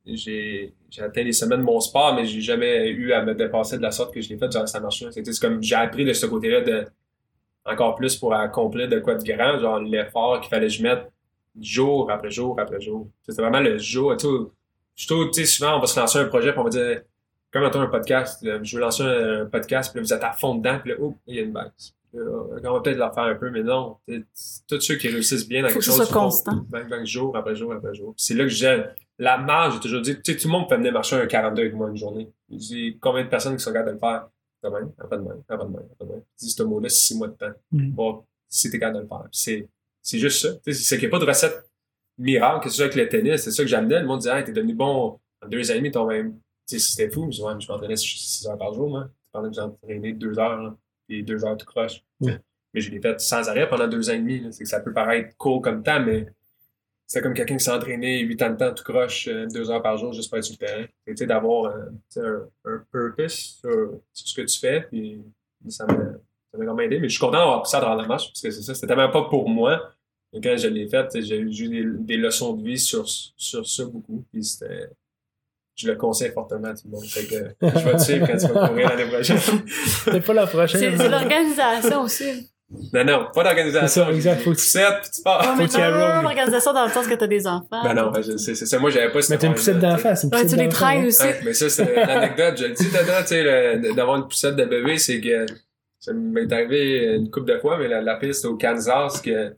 j'ai, j'ai atteint les sommets de mon sport, mais j'ai jamais eu à me dépasser de la sorte que je l'ai fait durant cette marche-là. C'est, c'est comme, j'ai appris de ce côté-là de encore plus pour accomplir de quoi de grand, genre l'effort qu'il fallait que je mette jour après jour après jour. C'est vraiment le jour. Tu sais, je trouve, tu sais, souvent, on va se lancer un projet, puis on va dire, comme mettons un podcast, là, je veux lancer un, un podcast, puis là, vous êtes à fond dedans, puis là, oh, il y a une baisse. On va peut-être leur faire un peu, mais non. Tous ceux qui réussissent bien dans quelque chose, faut que ce soit constant. Bang, bang, jour après jour après jour. C'est là que j'ai la marge, j'ai toujours dit, tu sais, tout le monde peut venir marcher un quarante-deux avec moi une journée. Je dis, combien de personnes qui sont capables de le faire? Demain, après-demain, après-demain, après-demain. Je dis ce mot-là, six mois de temps. Mm. Bon, si t'es capable de le faire. C'est, c'est juste ça. Tu sais, c'est qu'il n'y a pas de recette miracle, que ce soit avec le tennis, c'est ça que j'amenais. Le monde disait, hey, t'es devenu bon en deux ans et demi, ton même. Tu sais, c'était fou. Je dis, ouais, mais je m'entraînais six heures par jour, moi. Tu parlais de m'entraîner deux heures, là. Puis deux heures, tu croches. Mm. Mais je l'ai fait sans arrêt pendant deux ans et demi. Là. C'est que ça peut paraître court comme temps, mais c'est comme quelqu'un qui s'est entraîné huit ans de temps, tout croche, euh, deux heures par jour juste pour être sur le terrain. Et tu sais, d'avoir euh, un, un purpose sur, sur ce que tu fais, puis ça m'a, ça m'a vraiment aidé. Mais je suis content d'avoir pris ça dans la marche, parce que c'est ça, c'était tellement pas pour moi. Et quand je l'ai fait, j'ai eu des, des leçons de vie sur, sur ça beaucoup. Puis c'était, je le conseille fortement à tout le monde. Fait que je vais te suivre quand tu vas courir l'année prochaine. C'est pas la prochaine. C'est, c'est l'organisation aussi. Non, non, pas d'organisation. C'est ça, exact. Faut que tu poussettes, puis tu pars. Ouais, mais Faut qu'il y ait t'as un road. l'organisation dans le sens que t'as des enfants. Ben non, ben je sais, c'est ça. Moi, j'avais pas cette Mais t'as une poussette d'enfant, c'est une Ouais, poussette tu les d'enfant, traînes hein. aussi. Ouais, mais ça, c'est l'anecdote. Je le dis dedans, tu sais, le- d'avoir une poussette de bébé, c'est que ça m'est arrivé une couple de fois, mais la, la piste au Kansas, que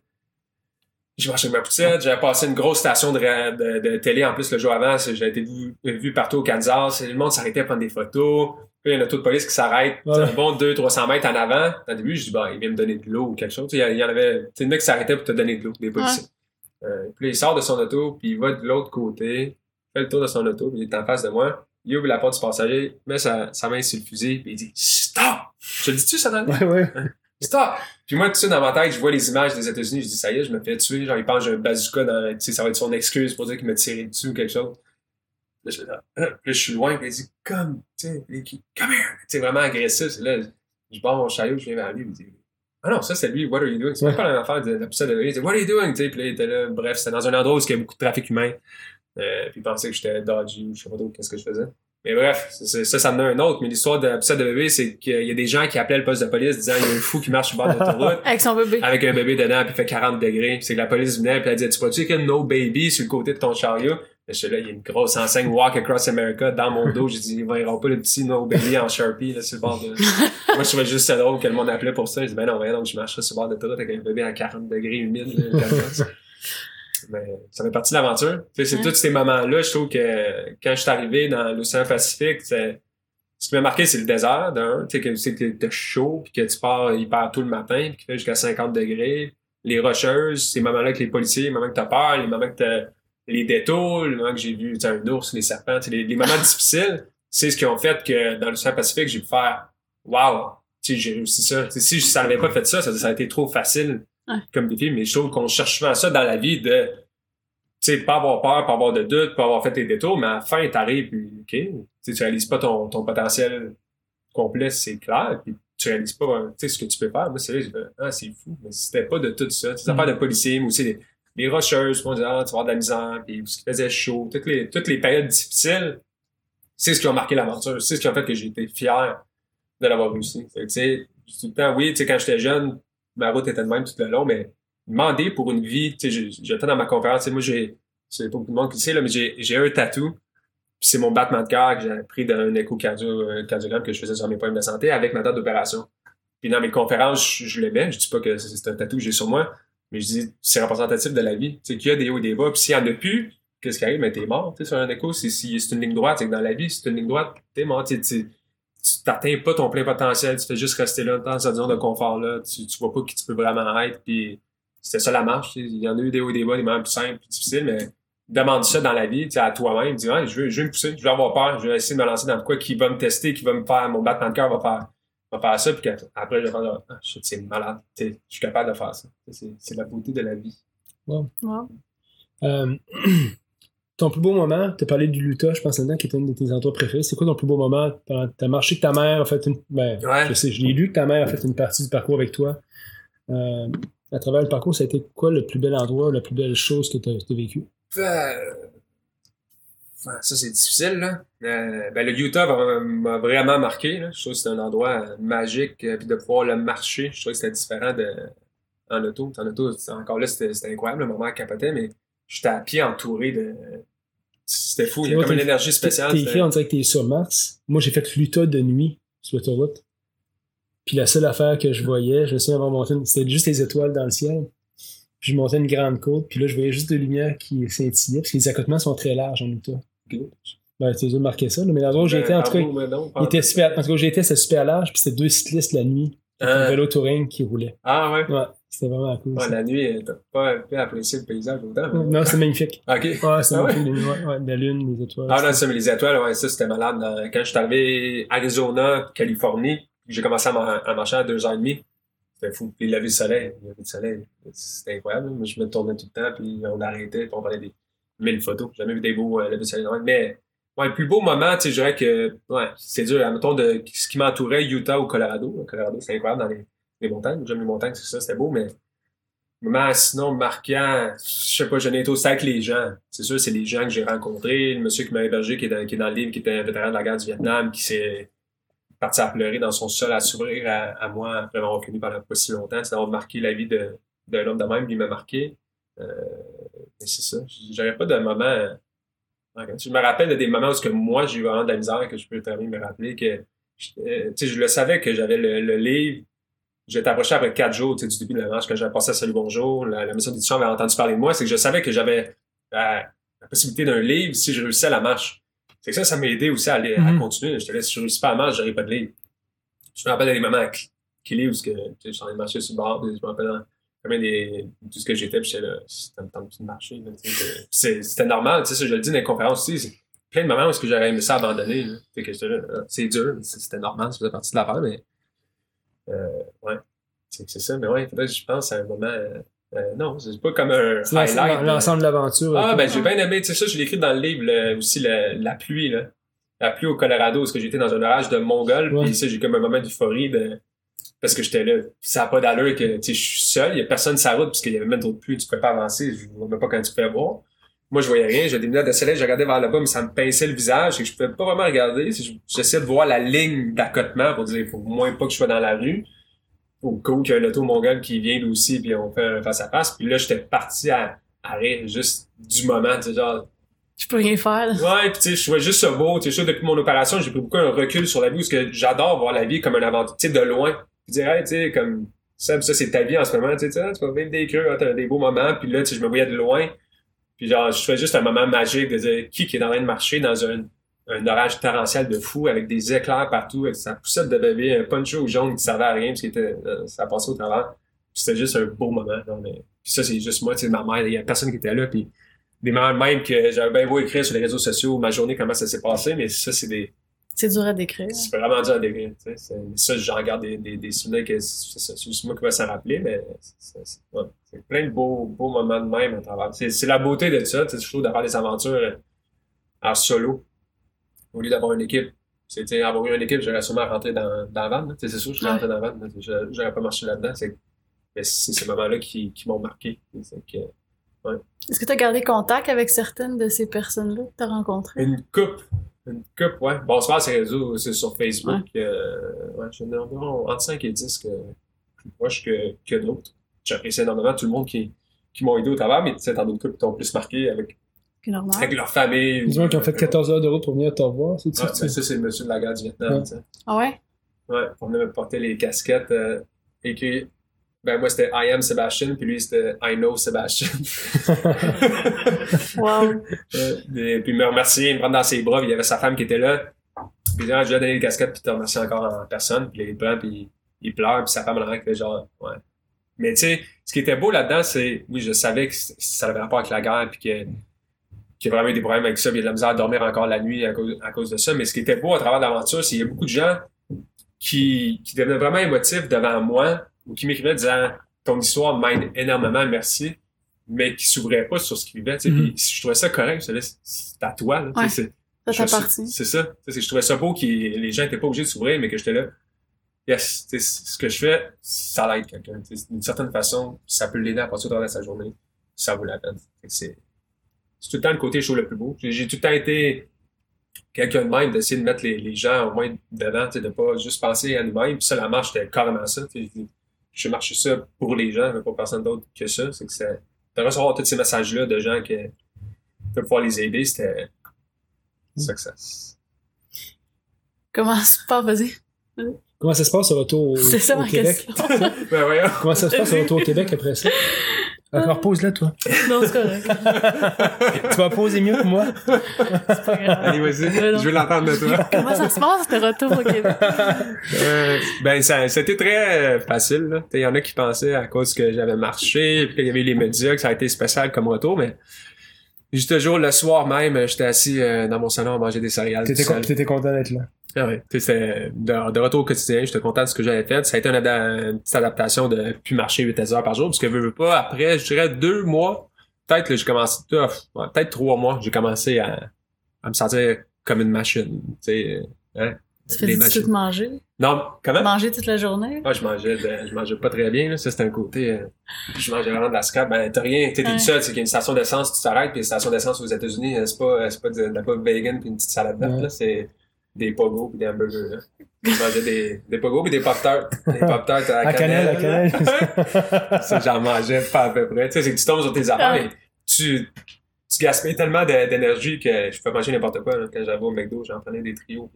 je marchais avec ma poussette, j'avais passé une grosse station de, ra- de, de télé en plus le jour avant, c'est- j'ai été vu, vu partout au Kansas, et le monde s'arrêtait à prendre des photos, puis il y a un auto de police qui s'arrête, Ouais. un bon deux à trois cents mètres en avant. Au début, je dis, bah, il vient me donner de l'eau ou quelque chose. Il y, a- il y en avait, tu sais, le mec qui s'arrêtait pour te donner de l'eau, des policiers. Euh, puis là, il sort de son auto, puis il va de l'autre côté, fait le tour de son auto, puis il est en face de moi, il ouvre la porte du passager, met sa, sa main sur le fusil, puis il dit, stop! Je le dis-tu, ça dans le Ouais, ouais. Stop! Puis moi, tout ça, dans ma tête, je vois les images des États-Unis, je dis, ça y est, je me fais tuer. Genre, il pense que j'ai un bazooka dans, tu sais, ça va être son excuse pour dire qu'il m'a tiré dessus ou quelque chose. Là, je fais, ah. Puis là, je suis loin, puis il dit, come, tu sais, il dit, come here! Tu sais, vraiment agressif. C'est là, je barre mon chariot, je viens vers lui, il me dit, ah non, ça, c'est lui, what are you doing? C'est Ouais. pas la même affaire de la poussette de lui. Il dit, what are you doing? Tu sais, puis là, il était là, bref, c'était dans un endroit où il y a beaucoup de trafic humain. Euh, puis il pensait que j'étais dodgy ou je sais pas trop qu'est-ce que je faisais. Mais bref, c'est- c'est- ça, ça en a un autre. Mais l'histoire de la poussette de bébé, c'est qu'il y a des gens qui appelaient le poste de police disant, il y a un fou qui marche sur le bord de l'autoroute. Avec son bébé. Avec un bébé dedans, puis il fait quarante degrés. C'est que la police venait, puis elle disait, tu vois-tu qu'il y a no baby sur le côté de ton chariot? Mais je suis là, il y a une grosse enseigne Walk Across America dans mon dos. J'ai dit, ils verront pas le petit no baby en Sharpie, là, sur le bord de... Moi, je trouvais juste ça drôle que le monde appelait pour ça. Je dis, ben non, voyons, donc je marcherais sur le bord de l'autoroute avec un bébé à quarante degrés humide, là, comme ça. Mais ça fait partie de l'aventure. Tu sais, c'est Ouais. tous ces moments-là, je trouve que quand je suis arrivé dans l'océan Pacifique, c'est... ce qui m'a marqué, c'est le désert, d'un. Tu sais, que c'est que t'es chaud, puis que tu pars hyper tôt le matin, puis qu'il fait jusqu'à cinquante degrés. Les rocheuses, ces moments-là avec les policiers, les moments que t'as peur, les moments que t'as les détours, les moments que j'ai vu, tu sais, un ours, les serpents, tu sais, les, les moments difficiles, c'est ce qui ont fait que dans l'océan Pacifique, j'ai pu faire « Wow! » Tu sais, j'ai réussi ça. Tu sais, si ça n'avait pas fait ça, ça, ça a été trop facile Ouais. comme défi, mais je trouve qu'on cherche souvent ça dans la vie de, tu sais, pas avoir peur, pas avoir de doute, pas avoir fait tes détours, mais à la fin, t'arrives, puis OK, tu sais, tu réalises pas ton, ton potentiel complet, c'est clair, puis tu réalises pas, tu sais, ce que tu peux faire. Moi, c'est là, j'ai fait, ah, c'est fou, mais c'était pas de tout ça. Ces Mm. affaires de policiers, mais aussi les, les rocheuses, on dit, ah, tu vas avoir de la misère, puis ce qui faisait chaud, toutes les, toutes les périodes difficiles, c'est ce qui a marqué l'aventure, c'est ce qui a fait que j'ai été fier de l'avoir réussi. Fait que, tu sais, tout le temps, oui, tu sais, quand j'étais jeune, ma route était de même tout le long, mais demander pour une vie, tu sais, j'étais dans ma conférence, tu sais, moi, j'ai, c'est pas beaucoup de monde qui le sait, là, mais j'ai, j'ai un tatou, puis c'est mon battement de cœur que j'ai pris d'un échocardiogramme que je faisais sur mes problèmes de santé avec ma date d'opération. Puis dans mes conférences, je, je l'aimais, je dis pas que c'est, c'est un tatou que j'ai sur moi, mais je dis, c'est représentatif de la vie, tu sais, qu'il y a des hauts et des bas, puis s'il y en a plus, qu'est-ce qui arrive? Mais t'es mort, tu sais, sur un écho, c'est, si, c'est une ligne droite, c'est que dans la vie, si c'est une ligne droite, t'es mort, tu sais, tu t'atteins pas ton plein potentiel, tu fais juste rester là dans cette zone de confort-là, tu, tu vois pas qui tu peux vraiment être, puis c'était ça la marche, tu sais. Il y en a eu des hauts et des bas, des moments plus simples, plus difficiles, mais demande ça dans la vie, tu sais, à toi-même, dis, ouais, je veux, je veux me pousser, je veux avoir peur, je vais essayer de me lancer dans quoi qui va me tester, qui va me faire, mon battement de cœur va faire, va faire ça, puis après, je vais faire, ah, shit, c'est malade, tu sais, je suis capable de faire ça. C'est, c'est la beauté de la vie. Wow. Wow. Euh, ton plus beau moment, t'as parlé du Utah, je pense là-dedans, qui était une de tes endroits préférés. C'est quoi ton plus beau moment? T'as, t'as marché que ta mère a fait une... Ben, Ouais. je sais, je l'ai lu que ta mère a fait une partie du parcours avec toi. Euh, à travers le parcours, ça a été quoi le plus bel endroit, la plus belle chose que t'as, t'as vécu? Euh, ça, c'est difficile, là. Euh, ben, le Utah m'a, m'a vraiment marqué, là. Je trouve que c'était un endroit euh, magique, euh, puis de pouvoir le marcher, je trouvais que c'était différent de, en auto. En auto, c'était- encore là, c'était, c'était incroyable, le moment capotait, mais j'étais à pied entouré de... C'était fou, il y a Ouais, comme une t'es- énergie spéciale. T'es c'était- écrit, on dirait que t'es sur Mars. Moi, j'ai fait l'Utah de nuit sur l'autoroute. Puis la seule affaire que je voyais, je me souviens avoir monté, une- c'était juste les étoiles dans le ciel. Puis je montais une grande côte, puis là, je voyais juste de lumière qui scintillaient, parce que les accotements sont très larges en Utah. Ok. Ben, tu as marqué ça, là, mais l'endroit où j'étais, en tout cas, Ben, mais non, pas- il était super. En tout cas, où j'étais, c'était super large, puis c'était deux cyclistes la nuit. Ah. Un vélo touring qui roulait. Ah ouais? Ouais, c'était vraiment cool. Ouais, ça. la nuit, t'as pas pu apprécier le paysage autant. mais- Non, c'est magnifique. Ok. Ouais, c'est Ah ouais? magnifique. les- Ouais, ouais, la lune, les étoiles. Ah non, ça, mais les étoiles, ouais, ça, c'était malade. Dans- Quand je suis arrivé Arizona, Californie, j'ai commencé à, mar- à marcher à deux heures et demie. C'était fou. Puis le lever du soleil, le lever du soleil, c'était incroyable. Moi, je me tournais tout le temps, puis on arrêtait, puis on prenait des mille photos. J'ai jamais vu des beaux euh, levers du soleil. Mais, ouais, le plus beau moment, tu sais, je dirais que, ouais, c'est dur. Mettons, de ce qui m'entourait, Utah ou Colorado. Le Colorado, c'est incroyable dans les, les montagnes. J'aime les montagnes, c'est ça, c'était beau, mais moment sinon marquant, je sais pas, je n'ai été aussi avec les gens. C'est sûr, c'est les gens que j'ai rencontrés. Le monsieur qui m'a hébergé, qui est dans, qui est dans le livre, qui était un vétéran de la guerre du Vietnam, qui s'est parti à pleurer dans son sol à s'ouvrir à, à moi après m'avoir connu pendant pas si longtemps. C'est d'avoir marqué la vie de, de l'homme de même, lui m'a marqué. Euh, mais c'est ça. J'aurais pas de moment. Euh, je me rappelle de des moments où que moi j'ai eu vraiment de la misère, que je peux très bien me rappeler que euh, tu sais, je le savais que j'avais le, le livre. J'étais approché après quatre jours du début de la marche, quand j'avais passé à Salut Bonjour. La, la mission d'édition avait entendu parler de moi. C'est que je savais que j'avais la, la possibilité d'un livre si je réussissais à la marche. C'est que ça, ça m'a aidé aussi à, aller, mm-hmm. à continuer. Je te laisse, si je réussis pas à la marche, j'aurais pas de livre. Je me rappelle des moments clés où je suis en train de marcher sur le bord. Je me rappelle combien des, tout ce que j'étais, puis j'étais là, c'était le temps de marcher. Là, c'est, c'était normal, tu sais, ça, je le dis dans les conférences aussi. C'est plein de moments où j'aurais aimé ça abandonner. Là. Que j'étais là, c'est dur, c'était normal, ça faisait partie de l'affaire, mais euh, ouais. C'est, c'est ça, mais ouais, il faudrait que je pense à un moment. Euh, euh, non, c'est pas comme un c'est highlight. L'ensemble de l'aventure. Ah, ben, j'ai bien aimé, tu sais, ça, je l'ai écrit dans le livre, le, aussi, le, la pluie, là. La pluie au Colorado, parce que j'étais dans un orage de Mongol, ouais. Puis ça, j'ai comme un moment d'euphorie de, parce que j'étais là. Ça n'a pas d'allure que, tu sais, je suis seul, il y a personne sur la route, parce qu'il y avait même trop de pluie, tu pouvais pas avancer, je vois même pas quand tu pouvais voir. Moi, je voyais rien, j'avais des lunettes de soleil, je regardais vers le bas, mais ça me pinçait le visage, et que je pouvais pas vraiment regarder. J'essayais de voir la ligne d'accotement pour dire, il faut au moins pas que je sois dans la rue. Au cas où il y a un auto mongol qui vient lui aussi, puis on fait un face-à-face. Puis là, j'étais parti à, à rire juste du moment, tu sais, genre... Je peux rien faire. Ouais, puis tu sais, je trouvais juste ça beau. Tu sais, depuis mon opération, j'ai pris beaucoup un recul sur la vie, parce que j'adore voir la vie comme un aventure, tu sais, de loin. Puis dire, hey, tu sais, comme... Ça, ça, c'est ta vie en ce moment, tu sais, tu vas vivre des creux, t'as des beaux moments, puis là, tu sais, je me voyais de loin. Puis genre, je trouvais juste un moment magique de dire, qui qui est en train de marcher dans un... un orage torrentiel de fou avec des éclairs partout, avec sa poussette de bébé, un poncho jaune qui servait à rien parce que euh, ça passait au travers. Puis c'était juste un beau moment. Non, mais... Puis ça, c'est juste moi, tu sais, ma mère, il y a personne qui était là. Puis des moments même que j'avais bien beau écrire sur les réseaux sociaux, ma journée, comment ça s'est passé, mais ça, c'est des... C'est dur à décrire. C'est vraiment dur à décrire. Tu sais. C'est... Ça, j'en garde des, des, des souvenirs que c'est, c'est juste moi qui vais s'en rappeler, mais c'est, c'est, ouais. C'est plein de beaux, beaux moments de même à travers. C'est, c'est la beauté de ça, tu sais, je trouve, d'avoir des aventures en solo. Au lieu d'avoir une équipe, c'était avoir eu une équipe, j'aurais sûrement rentré dans, dans la vanne. C'est sûr, je serais rentré dans la vanne. J'aurais pas marché là-dedans. C'est, mais c'est ces moments-là qui, qui m'ont marqué. C'est que, ouais. Est-ce que tu as gardé contact avec certaines de ces personnes-là que tu as rencontrées? Une couple. Une couple, ouais. Bon, c'est pas ces réseaux, c'est sur Facebook. Ouais. Euh, ouais, j'en ai environ entre cinq et dix que, plus proches que, que d'autres. J'apprécie énormément tout le monde qui, qui m'ont aidé au travers, mais tu sais, t'en as une couple qui t'ont plus marqué avec. Normal. Avec leur famille. Des gens qui ont fait quatorze heures de route pour venir te revoir, c'est ça? Ah, ça, c'est le monsieur de la guerre du Vietnam. Ouais. Ah ouais? Ouais, on venait me porter les casquettes euh, écrites. Ben moi, c'était I am Sebastian, puis lui, c'était I know Sebastian. Wow. Euh, et puis il me remerciait, il me prend dans ses bras, puis il y avait sa femme qui était là. Puis là, je lui ai donné les casquettes, puis il te remercie encore en personne, puis il les prend, puis il pleure, puis sa femme le fait genre, ouais. Mais tu sais, ce qui était beau là-dedans, c'est, oui, je savais que ça avait rapport avec la guerre, puis que qu'il y a vraiment eu des problèmes avec ça, puis il y a de la misère à dormir encore la nuit à cause, à cause de ça. Mais ce qui était beau à travers l'aventure, c'est qu'il y a beaucoup de gens qui, qui devenaient vraiment émotifs devant moi, ou qui m'écrivaient disant « Ton histoire m'aide énormément, merci », mais qui s'ouvraient pas sur ce qu'ils vivaient. Mm-hmm. Puis je trouvais ça correct, je te laisse, c'est à toi. Là, ouais, c'est, ça t'appartient. C'est ça. C'est, je trouvais ça beau que les gens étaient pas obligés de s'ouvrir, mais que j'étais là. Yes, ce que je fais, ça l'aide quelqu'un. D'une certaine façon, ça peut l'aider à passer au travers de sa journée. Ça vaut la peine. C'est, c'est tout le temps le côté chaud le plus beau. J'ai, j'ai tout le temps été quelqu'un de même, d'essayer de mettre les, les gens au moins devant, de pas juste penser à nous-mêmes. Puis ça, la marche, c'était carrément ça. T'sais. Je marche ça pour les gens, mais pas personne d'autre que ça. C'est que ça, de recevoir tous ces messages-là de gens qui peuvent pouvoir les aider, c'était ça que ça. Comment ça se passe, vas-y? Comment ça se passe au retour au, C'est ça, au ma Québec? Ben voyons. Comment ça se passe au retour au Québec après ça? Encore pose-la, toi. Non, c'est correct. Tu vas poser mieux que moi. C'est pas grave. Allez, vas-y. Je veux l'entendre de toi. Comment ça se passe, ce retour au Québec? Euh, ben, ça, c'était très facile, là. Il y en a qui pensaient à cause que j'avais marché, puis qu'il y avait les médias, que ça a été spécial comme retour, mais juste le jour, le soir même, j'étais assis euh, dans mon salon à manger des céréales. T'étais, con- t'étais content d'être là. Ah ouais. C'était de, de retour au quotidien, j'étais content de ce que j'avais fait. Ça a été une, ada- une petite adaptation de plus marcher huit heures par jour, parce que veux, veux pas, après, je dirais deux mois, peut-être, là, j'ai commencé, oh, ouais, peut-être trois mois, j'ai commencé à, à me sentir comme une machine, tu sais, hein. Tu fais tout manger? Non, comment? Manger toute la journée? Ah, je mangeais, de, je mangeais pas très bien, là. Ça, c'est un côté, euh, je mangeais vraiment de la scrap. Ben, t'as rien, t'es ouais. tout seul, c'est qu'il y a une station d'essence, tu t'arrêtes, puis une station d'essence aux États-Unis, c'est pas, c'est pas de, de la pop vegan puis une petite salade verte, ouais. là. C'est des pogos puis des hamburgers, là. Je mangeais des, des pogos puis des pop-tarts. Des pop-tarts à la cannelle. À cannelle, cannelle. Ça, j'en mangeais pas à peu près. Tu sais, c'est que tu tombes sur tes affaires et tu, tu gaspilles tellement de, d'énergie que je peux manger n'importe quoi, là. Quand j'avais au McDo, j'en prenais des trios.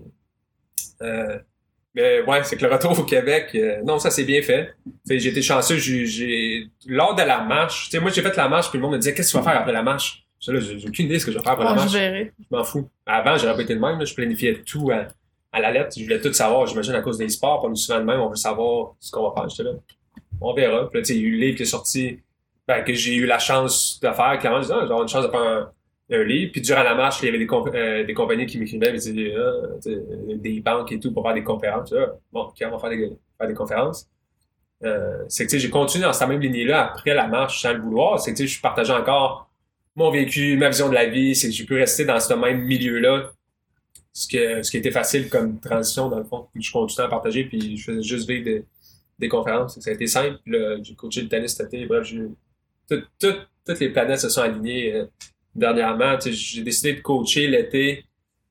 Euh, mais ouais, c'est que le retour au Québec, euh, non, ça s'est bien fait. T'sais, j'ai été chanceux, j'ai, j'ai lors de la marche, tu sais, moi j'ai fait la marche, puis le monde me disait qu'est-ce que tu vas faire après la marche? Là, j'ai, j'ai aucune idée de ce que je vais faire après oh, la marche. Je verrai. Je m'en fous. Avant, j'aurais pas été le même, là, je planifiais tout à, à la lettre, je voulais tout savoir, j'imagine à cause des sports, pas souvent de même, on veut savoir ce qu'on va faire. J'étais là, on verra. Puis là, tu sais, il y a eu le livre qui est sorti, ben, que j'ai eu la chance de faire, clairement, je disais, ah, j'ai une chance de faire un un livre, puis durant la marche, il y avait des, comp- euh, des compagnies qui m'écrivaient, ils disaient, euh, des banques et tout pour faire des conférences. Ah, bon, ok, on va faire des, faire des conférences. Euh, c'est que, tu sais, j'ai continué dans cette même lignée-là après la marche sans le vouloir. C'est que, tu sais, je partageais encore mon vécu, ma vision de la vie. C'est que j'ai pu rester dans ce même milieu-là. Ce que, ce qui était facile comme transition, dans le fond. Puis je continuais à partager, puis je faisais juste vivre des, des conférences. Ça a été simple. Puis là, j'ai coaché le tennis cet été. Bref, j'ai, tout, tout, toutes les planètes se sont alignées. Euh, Dernièrement, j'ai décidé de coacher l'été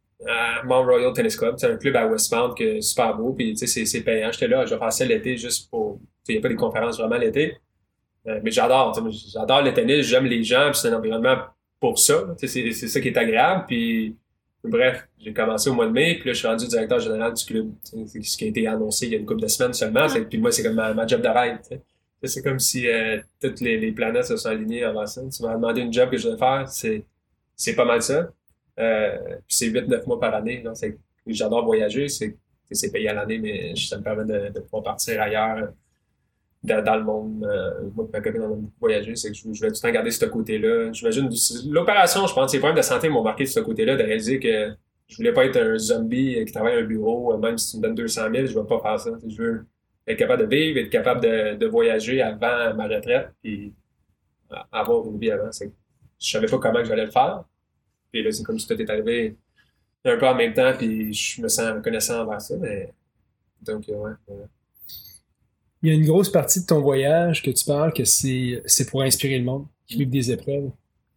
à Mount Royal Tennis Club. C'est un club à Westmount qui est super beau, puis c'est, c'est payant. J'étais là, je vais faire ça l'été juste pour... Il n'y a pas des conférences vraiment l'été. Euh, mais j'adore, j'adore le tennis, j'aime les gens, puis c'est un environnement pour ça. C'est, c'est ça qui est agréable. Puis bref, j'ai commencé au mois de mai, puis là, je suis rendu directeur général du club. C'est ce qui a été annoncé il y a une couple de semaines seulement. Mm. Puis moi, c'est comme ma, ma job de rêve. T'sais. C'est comme si euh, toutes les, les planètes se sont alignées avant ça. Tu m'as demandé une job que je vais faire, c'est, c'est pas mal ça. Euh, puis c'est huit neuf mois par année. Là. C'est, j'adore voyager, c'est, c'est payé à l'année, mais ça me permet de, de pouvoir partir ailleurs dans, dans le monde. Euh, moi et ma copine, on a beaucoup voyagé, c'est que je, je vais tout le temps garder ce côté-là. J'imagine, l'opération, je pense, les problèmes de santé m'ont marqué de ce côté-là, de réaliser que je voulais pas être un zombie qui travaille à un bureau, même si tu me donnes deux cent mille, je vais pas faire ça. Je veux être capable de vivre, être capable de, de voyager avant ma retraite, puis avoir une vie avant. C'est, je savais pas comment j'allais le faire. Puis là, c'est comme si tout est arrivé un peu en même temps, puis je me sens reconnaissant envers ça. Mais... Donc, ouais, ouais. Il y a une grosse partie de ton voyage que tu parles que c'est, c'est pour inspirer le monde, qui vit des épreuves.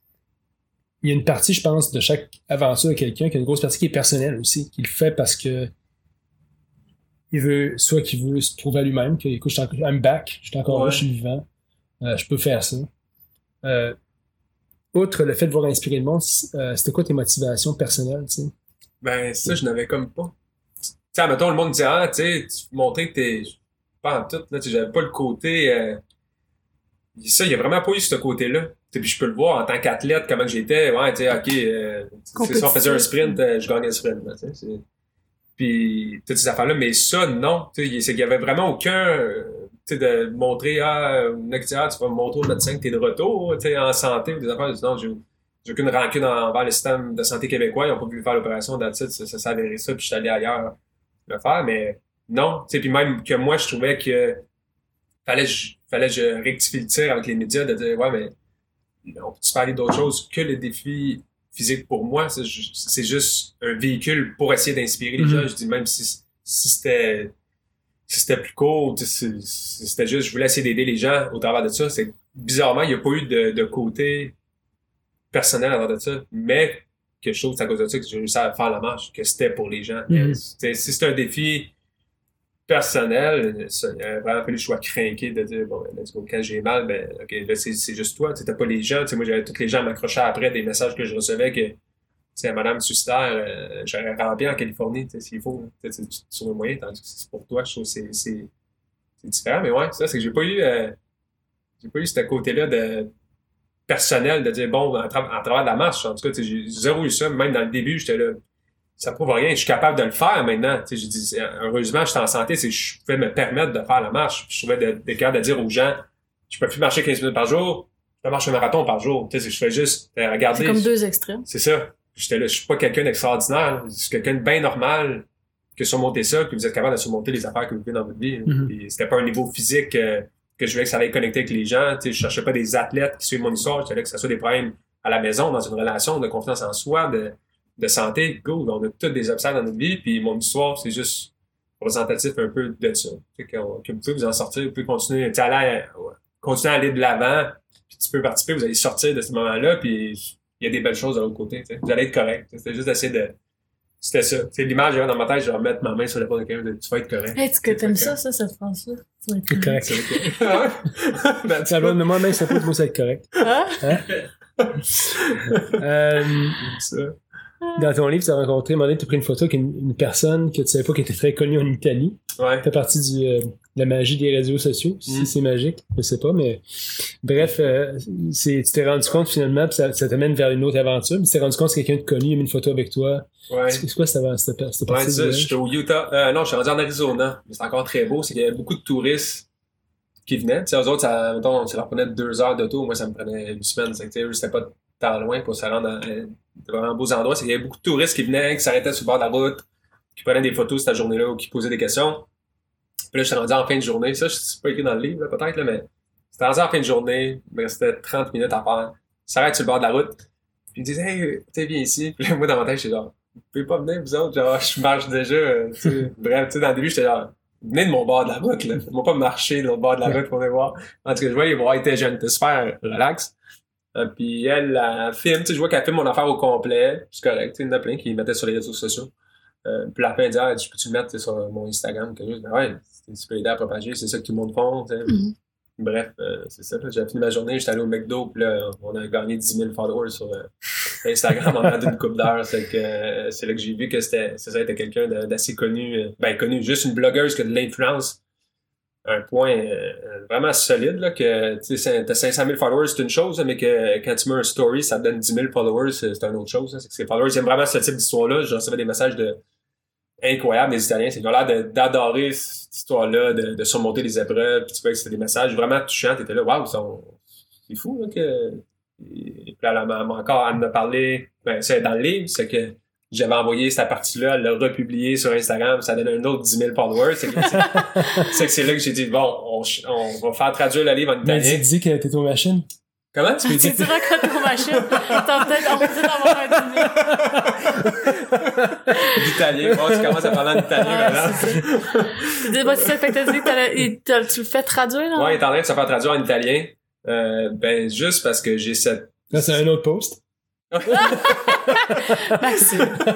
Il y a une partie, je pense, de chaque aventure de quelqu'un, qui a une grosse partie qui est personnelle aussi, qui le fait parce que il veut, soit qu'il veut se prouver à lui-même, que, écoute, je suis encore, I'm back, je suis encore ouais. là, je suis vivant, euh, je peux faire ça. Euh, outre le fait de voir inspirer le monde, euh, c'était quoi tes motivations personnelles, tu sais? Ben, ça, je n'avais comme pas. Tu sais, mettons, le monde dit, ah, tu sais, tu montrer que t'es, pas en tout, là, tu sais, j'avais pas le côté, euh... ça, il y a vraiment pas eu ce côté-là. Puis je peux le voir en tant qu'athlète, comment j'étais, ouais, tu sais, ok, euh, si on faisait un sprint, euh, je gagnais le sprint, là, tu sais, c'est... Puis toutes ces affaires-là, mais ça, non. Tu sais, c'est qu'il y avait vraiment aucun, euh, tu sais, de montrer, ah, une activité, tu vas me montrer au médecin que t'es de retour, tu sais, en santé, ou des affaires. Non, j'ai, j'ai aucune rancune envers le système de santé québécois, ils ont pas voulu faire l'opération d'habitude, ça, ça s'avérait ça, puis je suis allé ailleurs le faire, mais non. Tu sais, puis même que moi, je trouvais que fallait je, fallait que je rectifie le tir avec les médias, de dire, ouais, mais on peut-tu parler d'autre chose que le défi physique pour moi, c'est, c'est juste un véhicule pour essayer d'inspirer les mm-hmm. gens. Je dis même si, si c'était si c'était plus court, si, si c'était juste, je voulais essayer d'aider les gens au travers de ça. C'est bizarrement, il n'y a pas eu de, de côté personnel à travers de ça, mais que je trouve que c'est à cause de ça que j'ai réussi à faire la marche, que c'était pour les gens. Mm-hmm. C'était, si c'était un défi personnel, ça, il a vraiment fallu que je sois craqué de dire, bon, let's go, quand j'ai mal, ben, ok, là, c'est, c'est juste toi, tu t'as pas les gens, tu sais, moi, j'avais tous les gens m'accrochaient après des messages que je recevais que, tu sais, Madame Suster, euh, j'aurais rempli en Californie, tu sais, s'il faut, tu sais, sur le moyen, tandis que c'est pour toi, je trouve que c'est, c'est, c'est différent, mais ouais, ça, c'est que j'ai pas eu, euh, j'ai pas eu ce côté-là de, personnel, de dire, bon, en, tra- en travers de la marche, en tout cas, tu sais, j'ai zéro eu ça, même dans le début, j'étais là, ça prouve rien, je suis capable de le faire maintenant. Tu sais, j'ai dit, heureusement, je suis en santé, c'est que je pouvais me permettre de faire la marche. Puis je trouvais d'être capable de dire aux gens, je peux plus marcher quinze minutes par jour, je peux marcher un marathon par jour. Tu sais, je fais juste euh, regarder. C'est comme deux extrêmes. C'est ça. J'étais là, je suis pas quelqu'un d'extraordinaire. Je suis quelqu'un de bien normal que surmonter ça, que vous êtes capable de surmonter les affaires que vous vivez dans votre vie. Mm-hmm. Puis c'était pas un niveau physique euh, que je voulais que ça allait connecter avec les gens. Tu sais, je cherchais pas des athlètes qui suivent mon histoire. Je voulais que ça soit des problèmes à la maison, dans une relation de confiance en soi, de de santé, go, on a tous des obstacles dans notre vie, puis mon histoire, c'est juste représentatif un peu de ça. Tu sais, que vous pouvez vous en sortir, vous pouvez continuer, tu sais, aller, ouais, continuer à aller de l'avant, puis tu peux participer, vous allez sortir de ce moment-là, puis il y a des belles choses de l'autre côté, tu sais. Vous allez être correct. C'était juste d'essayer de... C'était ça. C'est l'image, dans ma tête, je vais remettre ma main sur l'épaule de quelqu'un, de, tu vas être correct. Est-ce que t'aimes ça, ça, cette phrase-là? C'est correct. C'est correct. Ben, tu vois, mais moi-même, ça peut être beau, ça être correct. Hein? Hein? euh, ça. Dans ton livre, tu as rencontré, à un moment donné, tu as pris une photo avec une, une personne que tu savais pas qui était très connue en Italie. Ouais. Ça fait partie du, euh, de la magie des réseaux sociaux. Si mm. c'est magique, je sais pas, mais bref, euh, c'est, tu t'es rendu compte finalement, puis ça, ça t'amène vers une autre aventure. Tu t'es rendu compte que quelqu'un de connu a mis une photo avec toi. Ouais. C'est, c'est quoi cette, cette, cette partie? Ouais, ça, j'étais au Utah. Euh, non, je suis rendu en Arizona. Mais c'est encore très beau. C'est qu'il y avait beaucoup de touristes qui venaient. Tu sais, eux autres, ça, mettons, ça leur prenait deux heures d'auto. Moi, ça me prenait une semaine. C'est que, c'était pas tant loin pour se rendre dans euh, vraiment beaux endroits. C'est qu'il y avait beaucoup de touristes qui venaient, qui s'arrêtaient sur le bord de la route, qui prenaient des photos cette journée-là ou qui posaient des questions. Puis là, je suis rendu en fin de journée. Ça, je sais pas écrit dans le livre, là, peut-être, là, mais c'était rendu en fin de journée. Il me restait trente minutes à faire. Ils s'arrêtent sur le bord de la route. Puis ils me disent, hey, tu viens ici. Puis là, moi, dans ma tête, j'étais genre, vous pouvez pas venir, vous autres? Genre, je marche déjà. Euh, bref, tu sais, dans le début, j'étais genre, venez de mon bord de la route, là. Ils m'ont pas marché de l'autre bord de la route pour venir voir. En tout cas, je vois, ils vont être jeunes, t'es super relax. Euh, puis elle, la filme, tu sais, je vois qu'elle filme mon affaire au complet. C'est correct, tu sais, il y en a plein qui mettaient sur les réseaux sociaux. Euh, puis la fin, elle dit, ah, tu peux-tu le mettre sur mon Instagram? Que ben ouais, c'est une super idée à propager, c'est ça que tout le monde fait, tu sais. Mm-hmm. Bref, euh, c'est ça. J'ai fini ma journée, j'étais allé au McDo, puis là, on a gagné dix mille followers sur euh, Instagram en moins d'une couple d'heures. C'est que euh, c'est là que j'ai vu que c'était, ça était quelqu'un de, d'assez connu, euh, ben connu, juste une blogueuse qui a de l'influence. Un point euh, vraiment solide, là, que tu sais, t'as cinq cent mille followers, c'est une chose, mais que quand tu mets un story, ça te donne dix mille followers, c'est, c'est une autre chose. Là. C'est que ces followers, ils aiment vraiment ce type d'histoire-là. Je recevais des messages de incroyables des Italiens. C'est qu'ils ont l'air de, d'adorer cette histoire-là, de, de surmonter les épreuves. Puis tu vois que c'était des messages vraiment touchants. T'étais là, waouh, c'est fou, là, que. Et puis là, elle m'a encore, elle m'a parlé, ben, c'est dans le livre, c'est que j'avais envoyé cette partie-là, elle l'a republié sur Instagram, ça donne un autre dix mille followers. C'est que c'est, c'est, que c'est là que j'ai dit, bon, on, on va faire traduire le livre en italien. Mais tu dis que t'es aux machines. Comment? Tu, tu diras quand t'es aux machines. Attends, peut-être, on va peut-être avoir un dîner. D'italien. Bon, tu commences à parler en italien ah, maintenant. Tu dis, bah, c'est ça, fait que t'as dit que t'as, tu le fais traduire, là? Ouais, il est en train de se faire traduire en italien. Euh, ben, juste parce que j'ai cette... Là, c'est un autre post. Maxime.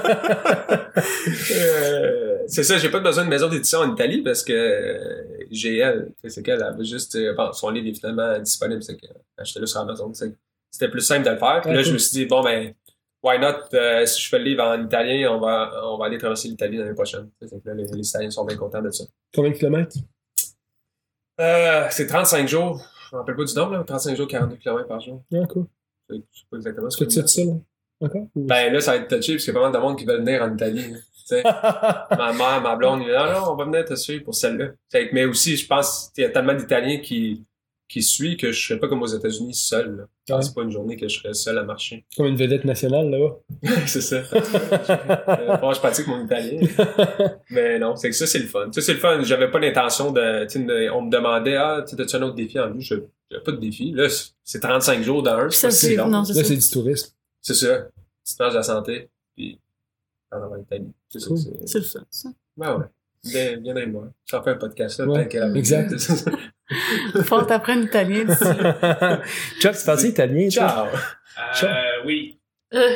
euh, c'est ça, j'ai pas besoin de maison d'édition en Italie parce que euh, j'ai elle, c'est qu'elle avait juste euh, bon, son livre est finalement disponible, c'est que j'étais là sur Amazon, c'est, c'était plus simple de le faire. Puis là, je me suis dit bon ben why not euh, si je fais le livre en italien, on va on va aller traverser l'Italie l'année prochaine. C'est que là, les, les Italiens sont bien contents de ça. Combien de kilomètres? Euh, c'est trente-cinq jours. Je me rappelle pas du nombre, là, trente-cinq jours, quarante-deux kilomètres par jour. Ah, cool. Je sais pas exactement ce que tu sais ça, là. Encore? Ben là, ça va être touché parce qu'il y a pas mal de monde qui veulent venir en Italie. Ma mère, ma blonde, ils disent, ah non, on va venir te suivre pour celle-là. T'sais, mais aussi, je pense qu'il y a tellement d'Italiens qui, qui suivent que je serais pas comme aux États-Unis seul. Là. Ouais. C'est pas une journée que je serais seul à marcher. Comme une vedette nationale, là-bas. C'est ça. euh, bon, je pratique mon italien. Mais non, c'est que ça, c'est le fun. Ça, c'est le fun. J'avais pas l'intention de, de. On me demandait, ah, tu as-tu un autre défi en vue? Je n'avais pas de défi. Là, c'est trente-cinq jours d'un. Ça, c'est, c'est long. Non, c'est là, ça. c'est du tourisme. C'est ça. Tu te manges de la santé. Puis, en avant l'Italie. C'est cool. ça. C'est, c'est le fun, ça. Ben ouais. Bien, viendrez moi. Je fais un podcast là, ouais, peut-être qu'elle a exact. Faut que t'apprennes l'italien d'ici. Chuck, tu parles italien? Ciao. Euh, oui. Euh.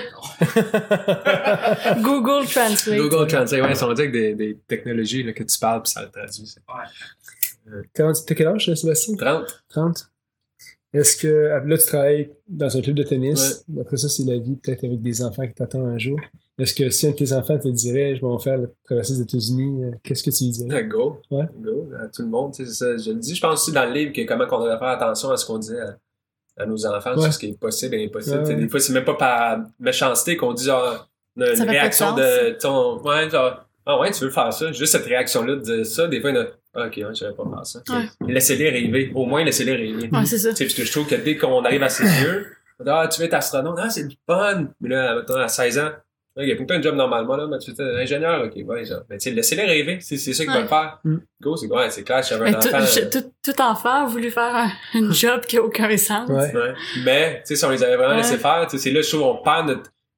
Google Translate. Google Translate, ouais, ça veut dire que des, des technologies là, que tu parles puis ça le traduit. C'est... Ouais. Euh... T'as quel âge, Sébastien? trente. trente. Est-ce que là, tu travailles dans un club de tennis? Ouais. Après ça, c'est la vie peut-être avec des enfants qui t'attendent un jour. Est-ce que si un de tes enfants te dirait, je vais en faire la traversée des États-Unis, qu'est-ce que tu lui dirais? Go. Ouais. Go. À tout le monde, tu sais, c'est ça. Je le dis. Je pense aussi dans le livre que comment on devrait faire attention à ce qu'on dit à, à nos enfants, ouais. Sur ce qui est possible et impossible. Ouais. Des fois, c'est même pas par méchanceté qu'on dit genre une, une réaction de ton. Ouais, genre. Ah ouais, tu veux faire ça? Juste cette réaction-là de dire ça, des fois, il y en a. Ah, ok, ouais, je vais pas faire ça. Ouais. Laissez-les rêver. Au moins, laissez-les rêver. Ouais, c'est ça. Tu sais, parce que je trouve que dès qu'on arrive à ses yeux, ah, tu veux être astronaute? Ah, c'est du fun! Mais là, maintenant, à seize ans, il y a plein de job normalement, là, mais tu es ingénieur, ok, ouais, genre. Mais tu sais, laissez-les rêver, c'est, c'est ça qu'ils ouais. veulent faire. Mm. Go, c'est ouais, c'est clair, j'avais un enfant. Tout, euh... tout, tout enfant a voulu faire un, un job qui a aucun sens. Ouais. Ouais. Mais, tu sais, si on les avait vraiment ouais. laissé faire, tu sais, c'est là, je trouve, on perd notre,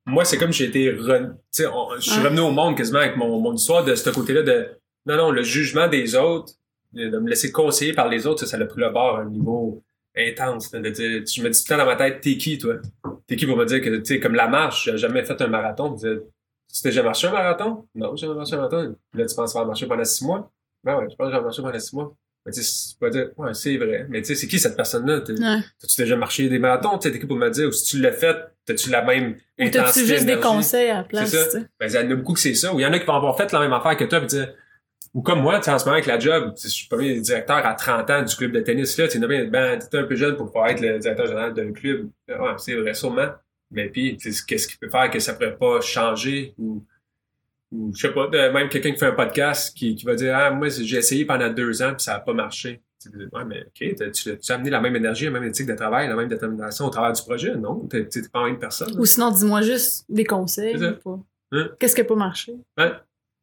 moi, c'est comme j'ai été... Re... Tu sais, je suis revenu au monde quasiment avec mon, mon histoire de ce côté-là de... Non, non, le jugement des autres, de me laisser conseiller par les autres, ça, ça l'a pris le bord à un niveau intense. De dire, je me dis tout le temps dans ma tête, t'es qui, toi? T'es qui pour me dire que, tu sais, comme la marche, j'ai jamais fait un marathon. Tu t'es déjà marché un marathon? Non, j'ai jamais marché un marathon. Là, tu penses faire marcher pendant six mois? Ben ouais, je pense que j'ai marché pendant six mois. Mais tu sais, tu vas dire, ouais, c'est vrai. Mais tu sais, c'est qui cette personne-là? T'es, ouais. T'as-tu déjà marché des marathons? Tu sais, t'es qui pour me dire? Ou si tu l'as fait, t'as-tu la même ou intensité? Ou t'as-tu juste énergie? Des conseils à la place? C'est ça. Ben, il y en a beaucoup que c'est ça. Ou il y en a qui vont avoir fait la même affaire que toi, pis dire, ou comme moi, tu sais, en ce moment avec la job, je suis premier directeur à trente ans du club de tennis, là, tu sais, ben, t'étais un peu jeune pour pouvoir être le directeur général d'un club. Ouais, c'est vrai, sûrement. Mais puis, qu'est-ce qui peut faire que ça pourrait pas changer ou, ou je sais pas, de, même quelqu'un qui fait un podcast qui, qui va dire, ah, moi, j'ai essayé pendant deux ans puis ça a pas marché. Ouais, mais OK, tu as amené la même énergie, la même éthique de travail, la même détermination au travers du projet? Non, t'es, t'es pas la même personne. Ou sinon, dis-moi juste des conseils. Pas... Hein? Qu'est-ce qui a pas marché? Hein?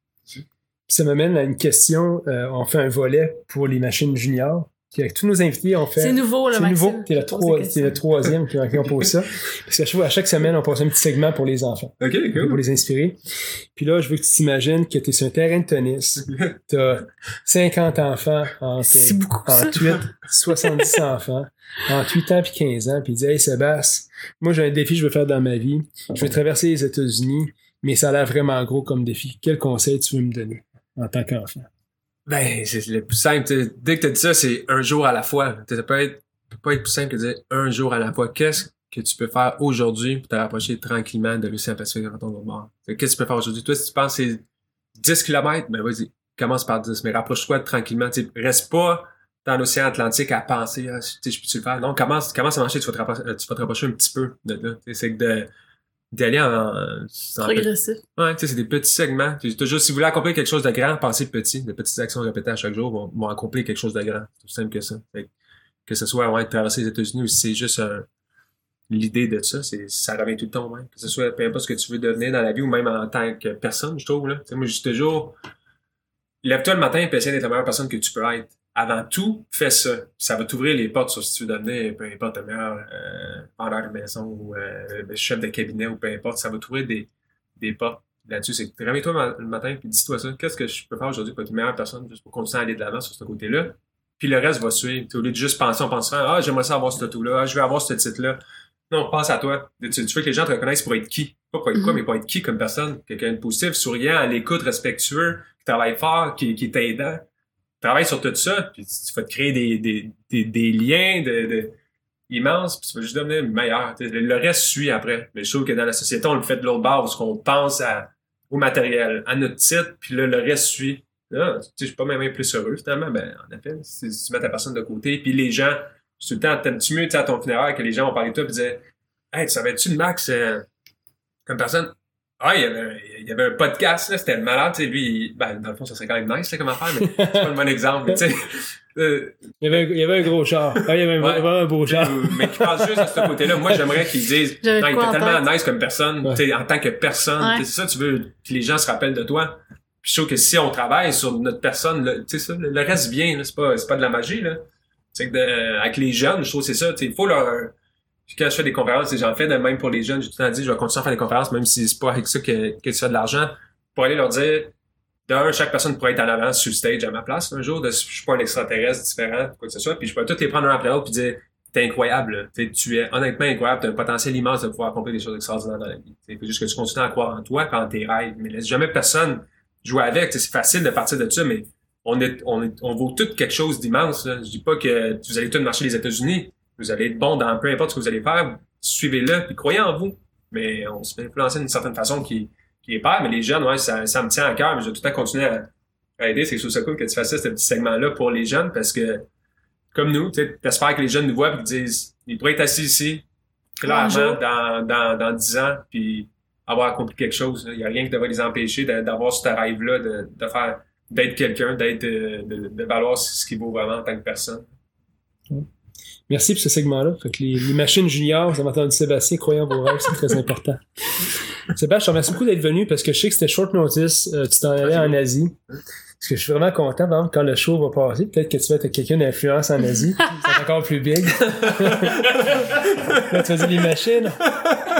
Ça m'amène à une question. Euh, on fait un volet pour les machines juniors. Puis avec tous nos invités, on fait... C'est nouveau, là, C'est Maxime. nouveau. T'es le, trois, t'es le troisième qui, qui on pose ça. Parce qu'à chaque, à chaque semaine, on pose un petit segment pour les enfants. OK, cool. Pour les inspirer. Puis là, je veux que tu t'imagines que t'es sur un terrain de tennis. T'as cinquante enfants entre, C'est beaucoup, entre huit, soixante-dix enfants, entre huit ans puis quinze ans. Puis il dit, hey, Sébastien, moi, j'ai un défi que je veux faire dans ma vie. Je veux traverser les États-Unis, mais ça a l'air vraiment gros comme défi. Quel conseil tu veux me donner en tant qu'enfant? Ben, c'est le plus simple. T'sais, dès que tu dis ça, c'est un jour à la fois. T'sais, ça peut être, peut pas être plus simple que de dire un jour à la fois. Qu'est-ce que tu peux faire aujourd'hui pour te rapprocher tranquillement de l'océan Pacifique dans ton autre bord? Qu'est-ce que tu peux faire aujourd'hui? Toi, si tu penses que c'est dix kilomètres, ben vas-y, commence par dix, mais rapproche-toi tranquillement. T'sais, reste pas dans l'océan Atlantique à penser, ah, je peux-tu le faire? Non, commence, commence à marcher, tu vas te rapprocher, tu vas te rapprocher un petit peu de là. C'est que de, d'aller en, en progressif. Pe- ouais, tu sais, c'est des petits segments. Toujours, si vous voulez accomplir quelque chose de grand, pensez petit. De petites actions répétées à chaque jour vont, vont accomplir quelque chose de grand. C'est aussi simple que ça. Fait que, que ce soit ouais, traverser les États-Unis ou si c'est juste un, l'idée de ça, c'est, ça revient tout le temps, ouais. Que ce soit peu importe ce que tu veux devenir dans la vie ou même en tant que personne, je trouve, là. Tu sais, moi, je dis toujours, lève-toi le matin et essaie d'être la meilleure personne que tu peux être. Avant tout, fais ça. Ça va t'ouvrir les portes sur si tu veux devenir, peu importe, le meilleur euh, vendeur de maison ou euh, chef de cabinet ou peu importe. Ça va t'ouvrir des, des portes là-dessus. C'est que réveille-toi le matin et dis-toi ça. Qu'est-ce que je peux faire aujourd'hui pour être une meilleure personne juste pour continuer à aller de l'avant sur ce côté-là? Puis le reste va suivre. T'sais, au lieu de juste penser, on pense, ah, j'aimerais ça avoir ce tatou-là, ah, je vais avoir ce titre-là. Non, pense à toi. Tu, tu veux que les gens te reconnaissent pour être qui? Pas pour être mm-hmm. quoi, mais pour être qui comme personne? Quelqu'un de positif, souriant, à l'écoute, respectueux, qui travaille fort, qui, qui est aidant. Travaille sur tout ça, puis tu vas te créer des, des, des, des liens de, de immenses, puis tu vas juste devenir meilleur. Le, le reste suit après. Mais je trouve que dans la société, on le fait de l'autre bord, parce qu'on pense à, au matériel, à notre titre, puis là, le reste suit. Là, tu sais, je suis pas même plus heureux, finalement. Ben, en effet, si, si tu mets ta personne de côté, puis les gens, tout le temps, t'aimes-tu mieux, tu sais, à ton funéraire, que les gens vont parler de toi, puis disaient, hey, tu savais-tu le Max, euh, comme personne? Ah, il y avait, il y avait un podcast, là, c'était malade, tu sais, lui, il, ben, dans le fond, ça serait quand même nice, là, comme affaire, mais c'est pas le bon exemple, mais tu sais. Euh, il, y avait un, il y avait un gros char. Ah, il y avait un, ouais, un beau char. Mais qui passe juste à ce côté-là. Moi, j'aimerais qu'ils disent, non, il était tellement nice comme personne, ouais. Tu sais, en tant que personne. Ouais. C'est ça, tu veux que les gens se rappellent de toi. Puis je trouve que si on travaille sur notre personne, tu sais, ça, le reste vient, là, c'est pas, c'est pas de la magie, là. C'est que de, avec les jeunes, je trouve que c'est ça, tu sais, il faut leur, quand je fais des conférences, j'en fais de même pour les jeunes, j'ai tout le temps dit, je vais continuer à faire des conférences, même si c'est pas avec ça que, que tu fais de l'argent, pour aller leur dire, d'un, chaque personne pourrait être en avant sur le stage à ma place, un jour, de, je suis pas un extraterrestre différent, quoi que ce soit, puis je pourrais tous les prendre un après l'autre puis dire, t'es incroyable, t'es, tu es honnêtement incroyable, t'as un potentiel immense de pouvoir accomplir des choses extraordinaires dans la vie. Il faut juste que tu continues à croire en toi, en tes rêves, mais laisse jamais personne jouer avec, c'est facile de partir de ça, mais on est, on est, on vaut tout quelque chose d'immense, là. Je dis pas que vous allez tous marcher les États-Unis, vous allez être bon dans peu importe ce que vous allez faire, suivez-le, puis croyez en vous. Mais on se fait influencer d'une certaine façon qui, qui est peur, mais les jeunes, ouais, ça, ça me tient à cœur, mais je vais tout le temps continuer à, à aider. C'est que je trouve ça cool que tu fasses ça, ce petit segment-là pour les jeunes, parce que, comme nous, tu sais, t'espères que les jeunes nous voient et qu'ils disent, ils pourraient être assis ici, clairement, dans, dans, dans dix ans, puis avoir accompli quelque chose. Il n'y a rien qui devrait les empêcher de, d'avoir ce rêve-là, de, de faire, d'être quelqu'un, d'être, de, de, de valoir ce qu'il vaut vraiment en tant que personne. Mm. Merci pour ce segment-là. Fait que les, les machines juniors, vous avez entendu Sébastien, croyez en vos rêves, c'est très important. Sébastien, je te remercie beaucoup d'être venu parce que je sais que c'était short notice, euh, tu t'en allais en Asie. Parce que je suis vraiment content, par exemple, quand le show va passer, peut-être que tu vas être quelqu'un d'influence en Asie, c'est encore plus big. Là, tu vas dire les machines.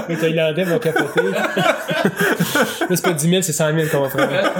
Les Thaïlandais vont capoter. Là, c'est pas dix mille, c'est cent mille contrats.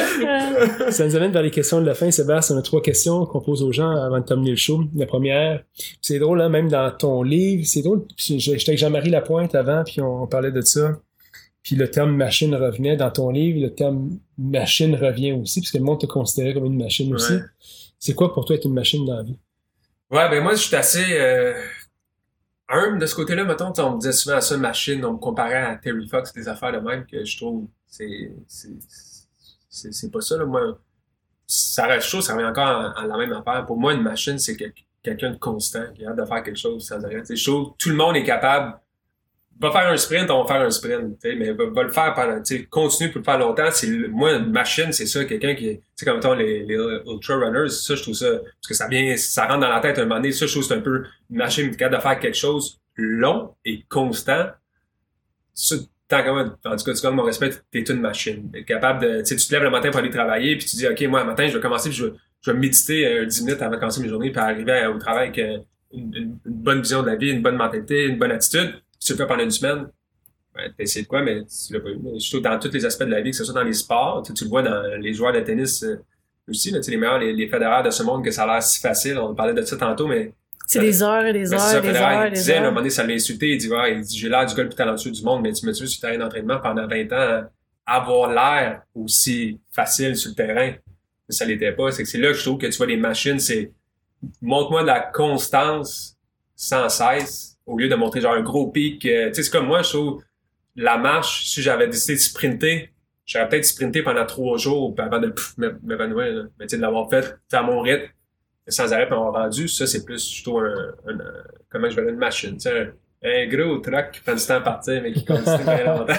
Ça nous amène vers les questions de la fin, Sébastien. On a trois questions qu'on pose aux gens avant de terminer le show. La première, c'est drôle, hein, même dans ton livre, c'est drôle. J'étais avec Jean-Marie Lapointe avant, puis on, on parlait de ça. Puis le terme machine revenait dans ton livre, le terme machine revient aussi, puisque le monde te considérait comme une machine aussi. Ouais. C'est quoi pour toi être une machine dans la vie? Ouais, ben moi, je suis assez euh, humble de ce côté-là. Mettons, on me disait souvent ça, machine, on me comparait à Terry Fox, des affaires de même que je trouve, c'est c'est c'est, c'est pas ça, là. Moi, ça reste chaud, ça revient encore à, à la même affaire. Pour moi, une machine, c'est quel, quelqu'un de constant, qui a hâte de faire quelque chose sans arrêt. C'est chaud, tout le monde est capable. Va faire un sprint, on va faire un sprint, t'sais, mais va, va le faire pendant, tu sais, continue pour le faire longtemps. C'est le, moi, une machine, c'est ça, quelqu'un qui, tu sais, comme mettons les, les ultra runners, ça, je trouve ça, parce que ça vient, ça rentre dans la tête un moment donné, ça, je trouve c'est un peu une machine qui est capable de faire quelque chose long et constant. Ça, tant que moi, en tout cas, tu comme mon respect, t'es une machine. T'es capable de, tu sais, tu te lèves le matin pour aller travailler, puis tu dis, OK, moi, le matin, je vais commencer, puis je vais, je vais méditer euh, dix minutes avant de commencer mes journées, puis arriver au travail avec euh, une, une, une bonne vision de la vie, une bonne mentalité, une bonne attitude. Tu le fais pendant une semaine, ben, t'as essayé de quoi, mais tu l'as pas eu. Mais surtout dans tous les aspects de la vie, que ce soit dans les sports, tu, tu le vois dans les joueurs de tennis euh, aussi, là, tu sais, les meilleurs, les, les fédéraux de ce monde, que ça a l'air si facile. On parlait de ça tantôt, mais... C'est des heures et des heures, ça, des Federer, heures, il des disait, heures. à un moment donné, ça l'a insulté, il dit, ouais, il dit, j'ai l'air du gars le plus talentueux du monde, mais tu me tues sur le terrain d'entraînement pendant vingt ans, avoir l'air aussi facile sur le terrain, ça l'était pas. C'est que c'est là que je trouve que tu vois les machines, c'est, montre-moi de la constance sans cesse, au lieu de montrer genre un gros pic. Euh, tu sais, c'est comme moi, je trouve, la marche, si j'avais décidé de sprinter, j'aurais peut-être sprinté pendant trois jours avant de m'évanouir, là. Mais tu sais, de l'avoir fait à mon rythme, sans arrêt, puis on a rendu, ça, c'est plus, je trouve, un, un, un comment je vais dire, une machine, tu sais, un, un gros truck qui prend du temps à partir, mais qui continue très longtemps.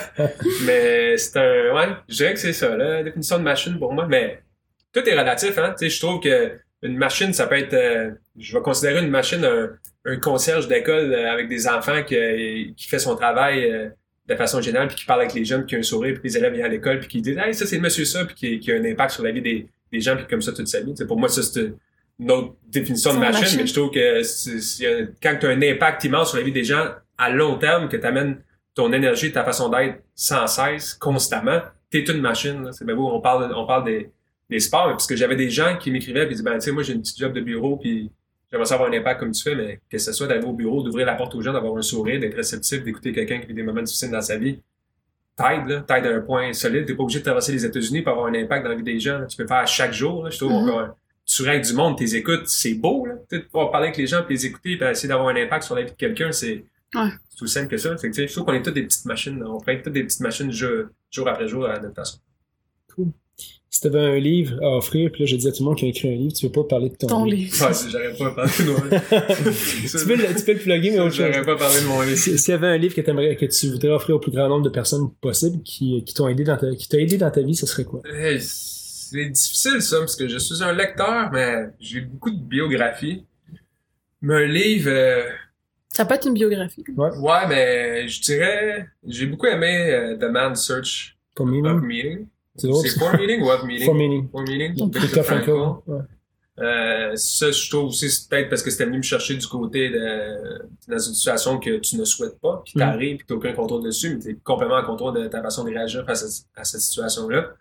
Mais c'est un, ouais, je dirais que c'est ça, la définition de machine pour moi, mais tout est relatif, hein, tu sais, je trouve que une machine, ça peut être, euh, je vais considérer une machine un, un concierge d'école euh, avec des enfants qui, qui fait son travail euh, de façon générale, puis qui parle avec les jeunes, puis qui a un sourire, puis les élèves viennent à l'école, puis qui disent « Hey, ça, c'est le monsieur ça », puis qui, qui a un impact sur la vie des, des gens, puis comme ça toute sa vie. T'sais, pour moi, ça, c'est une autre définition de machine, machine, mais je trouve que c'est, c'est, quand tu as un impact immense sur la vie des gens à long terme, que tu amènes ton énergie, ta façon d'être sans cesse, constamment, t'es une machine. Là. C'est bien beau, on parle, on parle des, des sports, mais parce que j'avais des gens qui m'écrivaient, puis ils disaient « Ben, tu sais, moi, j'ai une petite job de bureau, puis j'aimerais ça avoir un impact comme tu fais, mais que ce soit d'arriver au bureau, d'ouvrir la porte aux gens, d'avoir un sourire, d'être réceptif, d'écouter quelqu'un qui vit des moments difficiles dans sa vie, t'aide, là, t'aide à un point solide. T'es pas obligé de traverser les États-Unis pour avoir un impact dans la vie des gens. Là. Tu peux le faire à chaque jour. Là. Je trouve mm-hmm. qu'on tu règles du monde, t'es écoutes, c'est beau. Là. Tu pouvoir parler avec les gens, puis les écouter, puis essayer d'avoir un impact sur la vie de quelqu'un, c'est, ouais. c'est aussi simple que ça. Fait que, je trouve qu'on est toutes des petites machines. Là. On fait toutes des petites machines jour, jour après jour à notre façon. Cool. Si tu avais un livre à offrir, puis là, je dis à tout le monde qui a écrit un livre, tu veux pas parler de ton, ton livre. livre. Ouais, j'aurais pas parlé de mon livre. tu, peux le, tu peux le plugger, mais autre chose. J'aurais pas parlé de mon livre. S'il y avait un livre que, t'aimerais, que tu voudrais offrir au plus grand nombre de personnes possible, qui, qui t'ont aidé dans ta, qui t'a aidé dans ta vie, ce serait quoi? Hey, c'est difficile, ça, parce que je suis un lecteur, mais j'ai beaucoup de biographies. Mais un livre... Euh... Ça peut être une biographie. Ouais, ouais mais je dirais... J'ai beaucoup aimé uh, The Man's Search For Meaning. of Meaning. C'est, drôle, c'est For Meaning ou Of Meaning? For Meaning. For Meaning. Donc, Viktor Frankl. Ouais. Euh, ça, je trouve aussi, c'est peut-être parce que c'était venu me chercher du côté de, dans une situation que tu ne souhaites pas, qui t'arrive, puis que tu n'as aucun contrôle dessus, mais tu es complètement en contrôle de ta façon de réagir face à, à cette situation-là.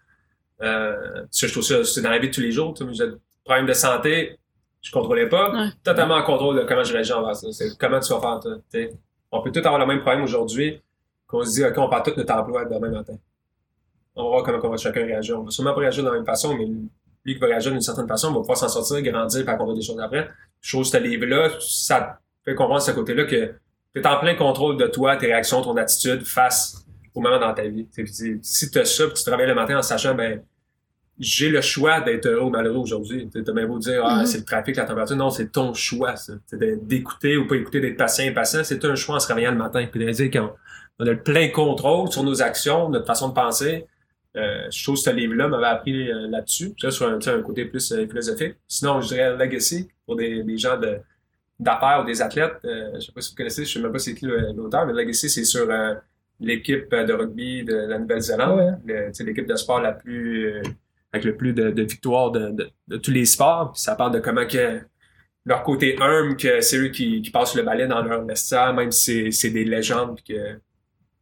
Euh, ça, je trouve ça, c'est dans la vie de tous les jours. J'ai des problèmes de santé, je contrôlais pas, ouais. totalement en contrôle de comment je réagis envers ça. C'est comment tu vas faire, toi. T'sais. On peut tous avoir le même problème aujourd'hui, qu'on se dit, OK, on perd tout notre emploi demain matin. On va voir comment on va chacun réagir. On va sûrement pas réagir de la même façon, mais lui qui va réagir d'une certaine façon, on va pouvoir s'en sortir, grandir, puis accomplir des choses après. Chose, ce livre-là, ça fait comprendre ce côté-là que tu es en plein contrôle de toi, tes réactions, ton attitude face au moment dans ta vie. T'sais, si tu as ça, puis tu travailles le matin en sachant, ben, j'ai le choix d'être heureux ou malheureux aujourd'hui. Tu as bien beau dire, ah, mm-hmm. c'est le trafic, la température. Non, c'est ton choix, ça. C'est d'écouter ou pas écouter, d'être patient, impatient. C'est un choix en se réveillant le matin. Puis de dire qu'on on a le plein contrôle sur nos actions, notre façon de penser. Euh, je trouve que ce livre-là m'avait appris euh, là-dessus. Ça, sur un, un côté plus euh, philosophique. Sinon, je dirais Legacy pour des, des gens de, d'affaires ou des athlètes. Euh, je sais pas si vous connaissez, je sais même pas c'est qui l'auteur, mais Legacy, c'est sur euh, l'équipe de rugby de la Nouvelle-Zélande. Ouais. Le, l'équipe de sport la plus euh, avec le plus de, de victoires de, de, de tous les sports. Puis ça parle de comment que leur côté humble, que c'est eux qui, qui passent le balai dans leur vestiaire, même si c'est, c'est des légendes, puis que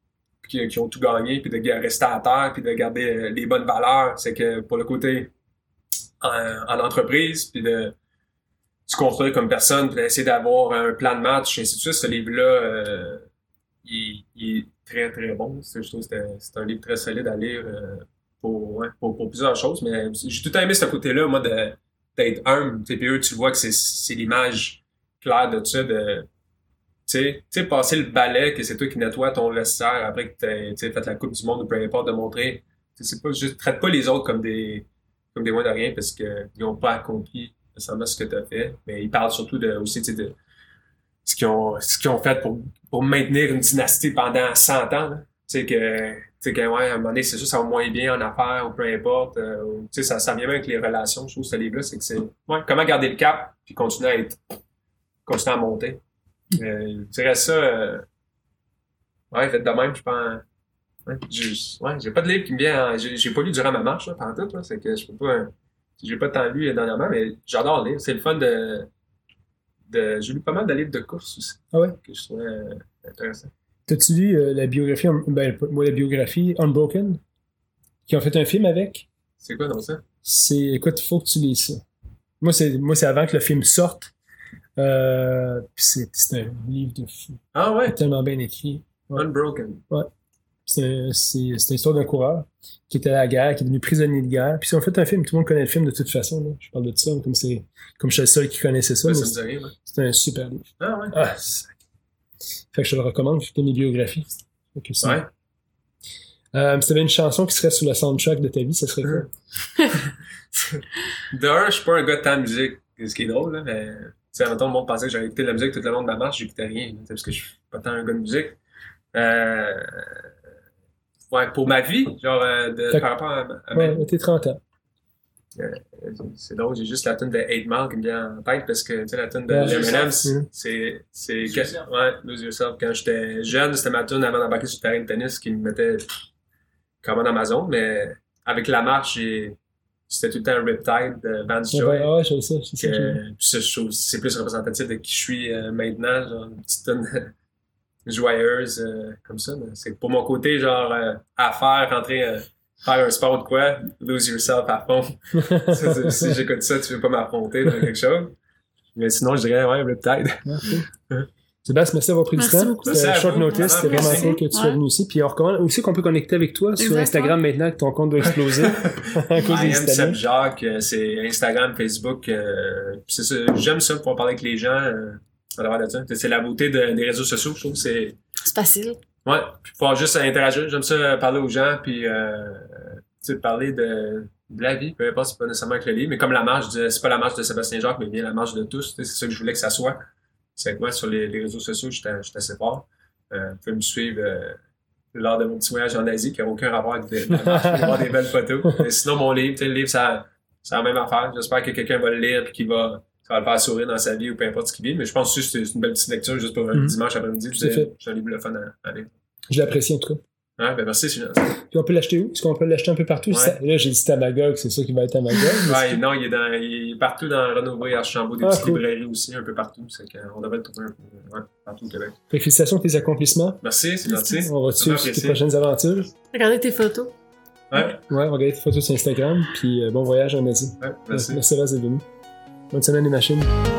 qui, qui ont tout gagné, puis de rester à terre, puis de garder euh, les bonnes valeurs. C'est que pour le côté en, en entreprise, puis de se construire comme personne, puis d'essayer d'avoir un plan de match, et ainsi de suite, ce livre-là, euh, il, il est très, très bon. C'est, je trouve que c'est, c'est un livre très solide à lire euh, pour, ouais, pour, pour plusieurs choses, mais j'ai tout aimé ce côté-là, moi, de, d'être humble. Puis eux, tu vois que c'est, c'est l'image claire de ça, de tu sais, passer le balai, que c'est toi qui nettoie ton vestiaire après que t'aies fait la Coupe du Monde ou peu importe, de montrer. C'est pas juste, traite pas les autres comme des comme des moins de rien parce qu'ils n'ont pas accompli nécessairement ce que tu as fait. Mais ils parlent surtout de aussi de ce qu'ils ont ce qu'ils ont fait pour, pour maintenir une dynastie pendant cent ans. Tu sais que tu sais que ouais, à un moment donné, c'est sûr ça va moins bien en affaires ou peu importe. Euh, tu sais, ça, ça vient même avec les relations, je trouve, ce livre-là, c'est que c'est ouais, comment garder le cap puis continuer à être continuer à monter. Euh, je dirais ça, euh, ouais, faites de même, je pense. Ouais, j'ai, ouais, j'ai pas de livre qui me vient, en, j'ai, j'ai pas lu durant ma marche, là, pendant tout, là, c'est que je peux pas, j'ai pas tant lu dernièrement, mais j'adore lire, c'est le fun de, de, j'ai lu pas mal de livres de course aussi. Ah ouais? Que je trouvais euh, intéressant. T'as-tu lu euh, la biographie, ben, moi, la biographie Unbroken, qui ont fait un film avec? C'est quoi, donc, ça? C'est, écoute, faut que tu lises ça. Moi, c'est, moi, c'est avant que le film sorte. Euh, pis c'est, c'est un livre de fou. Ah ouais? C'est tellement bien écrit. Ouais. Unbroken. Ouais. C'est, c'est, c'est l'histoire d'un coureur qui était à la guerre, qui est devenu prisonnier de guerre. Puis si on fait un film, tout le monde connaît le film de toute façon. Là. Je parle de ça, comme c'est, comme je suis le seul qui connaissait ça. Ouais, ça me dit rien, ouais. C'est un super livre. Ah ouais? Ah, c'est... Fait que je te le recommande, j'ai fait mes biographies. Okay, c'est... Ouais. Euh, si t'avais une chanson qui serait sur le soundtrack de ta vie, ça serait quoi? De un, je suis pas un gars de tant de musique, ce qui est drôle, là, mais... Tu sais, maintenant, le monde pensait que j'avais écouté de la musique tout le long de ma marche, j'écoutais rien, parce que je suis pas tant un gars de musique. Euh... Ouais, pour ma vie, genre, euh, de, fait... par rapport à, à ouais, ma... t'es trente ans. Euh, c'est drôle, j'ai juste la tune de eight mile qui me vient en tête, parce que, tu sais, la tune de ouais, Eminem, c'est, c'est, que... ouais, Lose Yourself. Quand j'étais jeune, c'était ma tune avant d'embarquer sur le terrain de tennis qui me mettait comment dans ma zone, mais avec la marche, j'ai... C'était tout le temps Riptide de Vance Joy. Ouais, ouais, je sais ça. Je sais que, ça, je trouve c'est plus représentatif de qui je suis euh, maintenant, genre une petite tonne joyeuse euh, comme ça. Mais c'est pour mon côté, genre, euh, à faire, rentrer, euh, faire un sport de quoi, lose yourself à fond. Si j'écoute ça, tu veux pas m'affronter dans quelque chose. Mais sinon, je dirais, ouais, Riptide. Okay. Sébastien, merci d'avoir pris merci du temps. Beaucoup. C'était short notice, c'était vraiment merci. cool que tu sois ouais. venu ici. Puis on recommande aussi qu'on peut connecter avec toi Exactement. Sur Instagram maintenant que ton compte doit exploser. I am Seb Jacques, c'est Instagram, Facebook. Euh, c'est ça, j'aime ça pour parler avec les gens. Euh, de ça. C'est la beauté de, des réseaux sociaux, je trouve. C'est, c'est facile. Ouais, puis pouvoir juste interagir. J'aime ça parler aux gens, puis euh, tu sais, parler de, de la vie. Peu importe, c'est pas nécessairement avec le livre, mais comme la marche, de, c'est pas la marche de Sébastien Jacques, mais bien la marche de tous. C'est ça que je voulais que ça soit. C'est que moi, sur les, les réseaux sociaux, j'étais, j'étais assez fort. Euh, vous pouvez me suivre euh, lors de mon petit voyage en Asie, qui n'a aucun rapport avec de, la marche. Vous pouvez voir des belles photos. Mais sinon, mon livre, tu sais, le livre, ça, c'est la même affaire. J'espère que quelqu'un va le lire et qu'il va, ça va le faire sourire dans sa vie ou peu importe ce qu'il vit. Mais je pense que c'est une belle petite lecture juste pour un mm-hmm. dimanche après-midi. C'est, c'est un livre le fun à, à lire. Je l'apprécie en tout cas. Ah, ben merci, c'est gentil. Puis on peut l'acheter où? Est-ce qu'on peut l'acheter un peu partout? Ouais. Ça, là, j'ai dit à Magog, c'est sûr qu'il va être à Magog. Ouais, non, il est, dans, il est partout dans Renouveau et Archambault, des ah, petites cool. librairies aussi, un peu partout. C'est qu'on devrait le trouver un peu ouais, partout au Québec. Fait que félicitations pour tes accomplissements. Merci, c'est gentil. On va te suivre sur tes prochaines aventures. Regardez tes photos. Ouais. Ouais, on va regarder tes photos sur Instagram. Puis euh, bon voyage en Asie. Ouais, merci. Merci, Sébastien, d'être venu. Bonne semaine, les machines.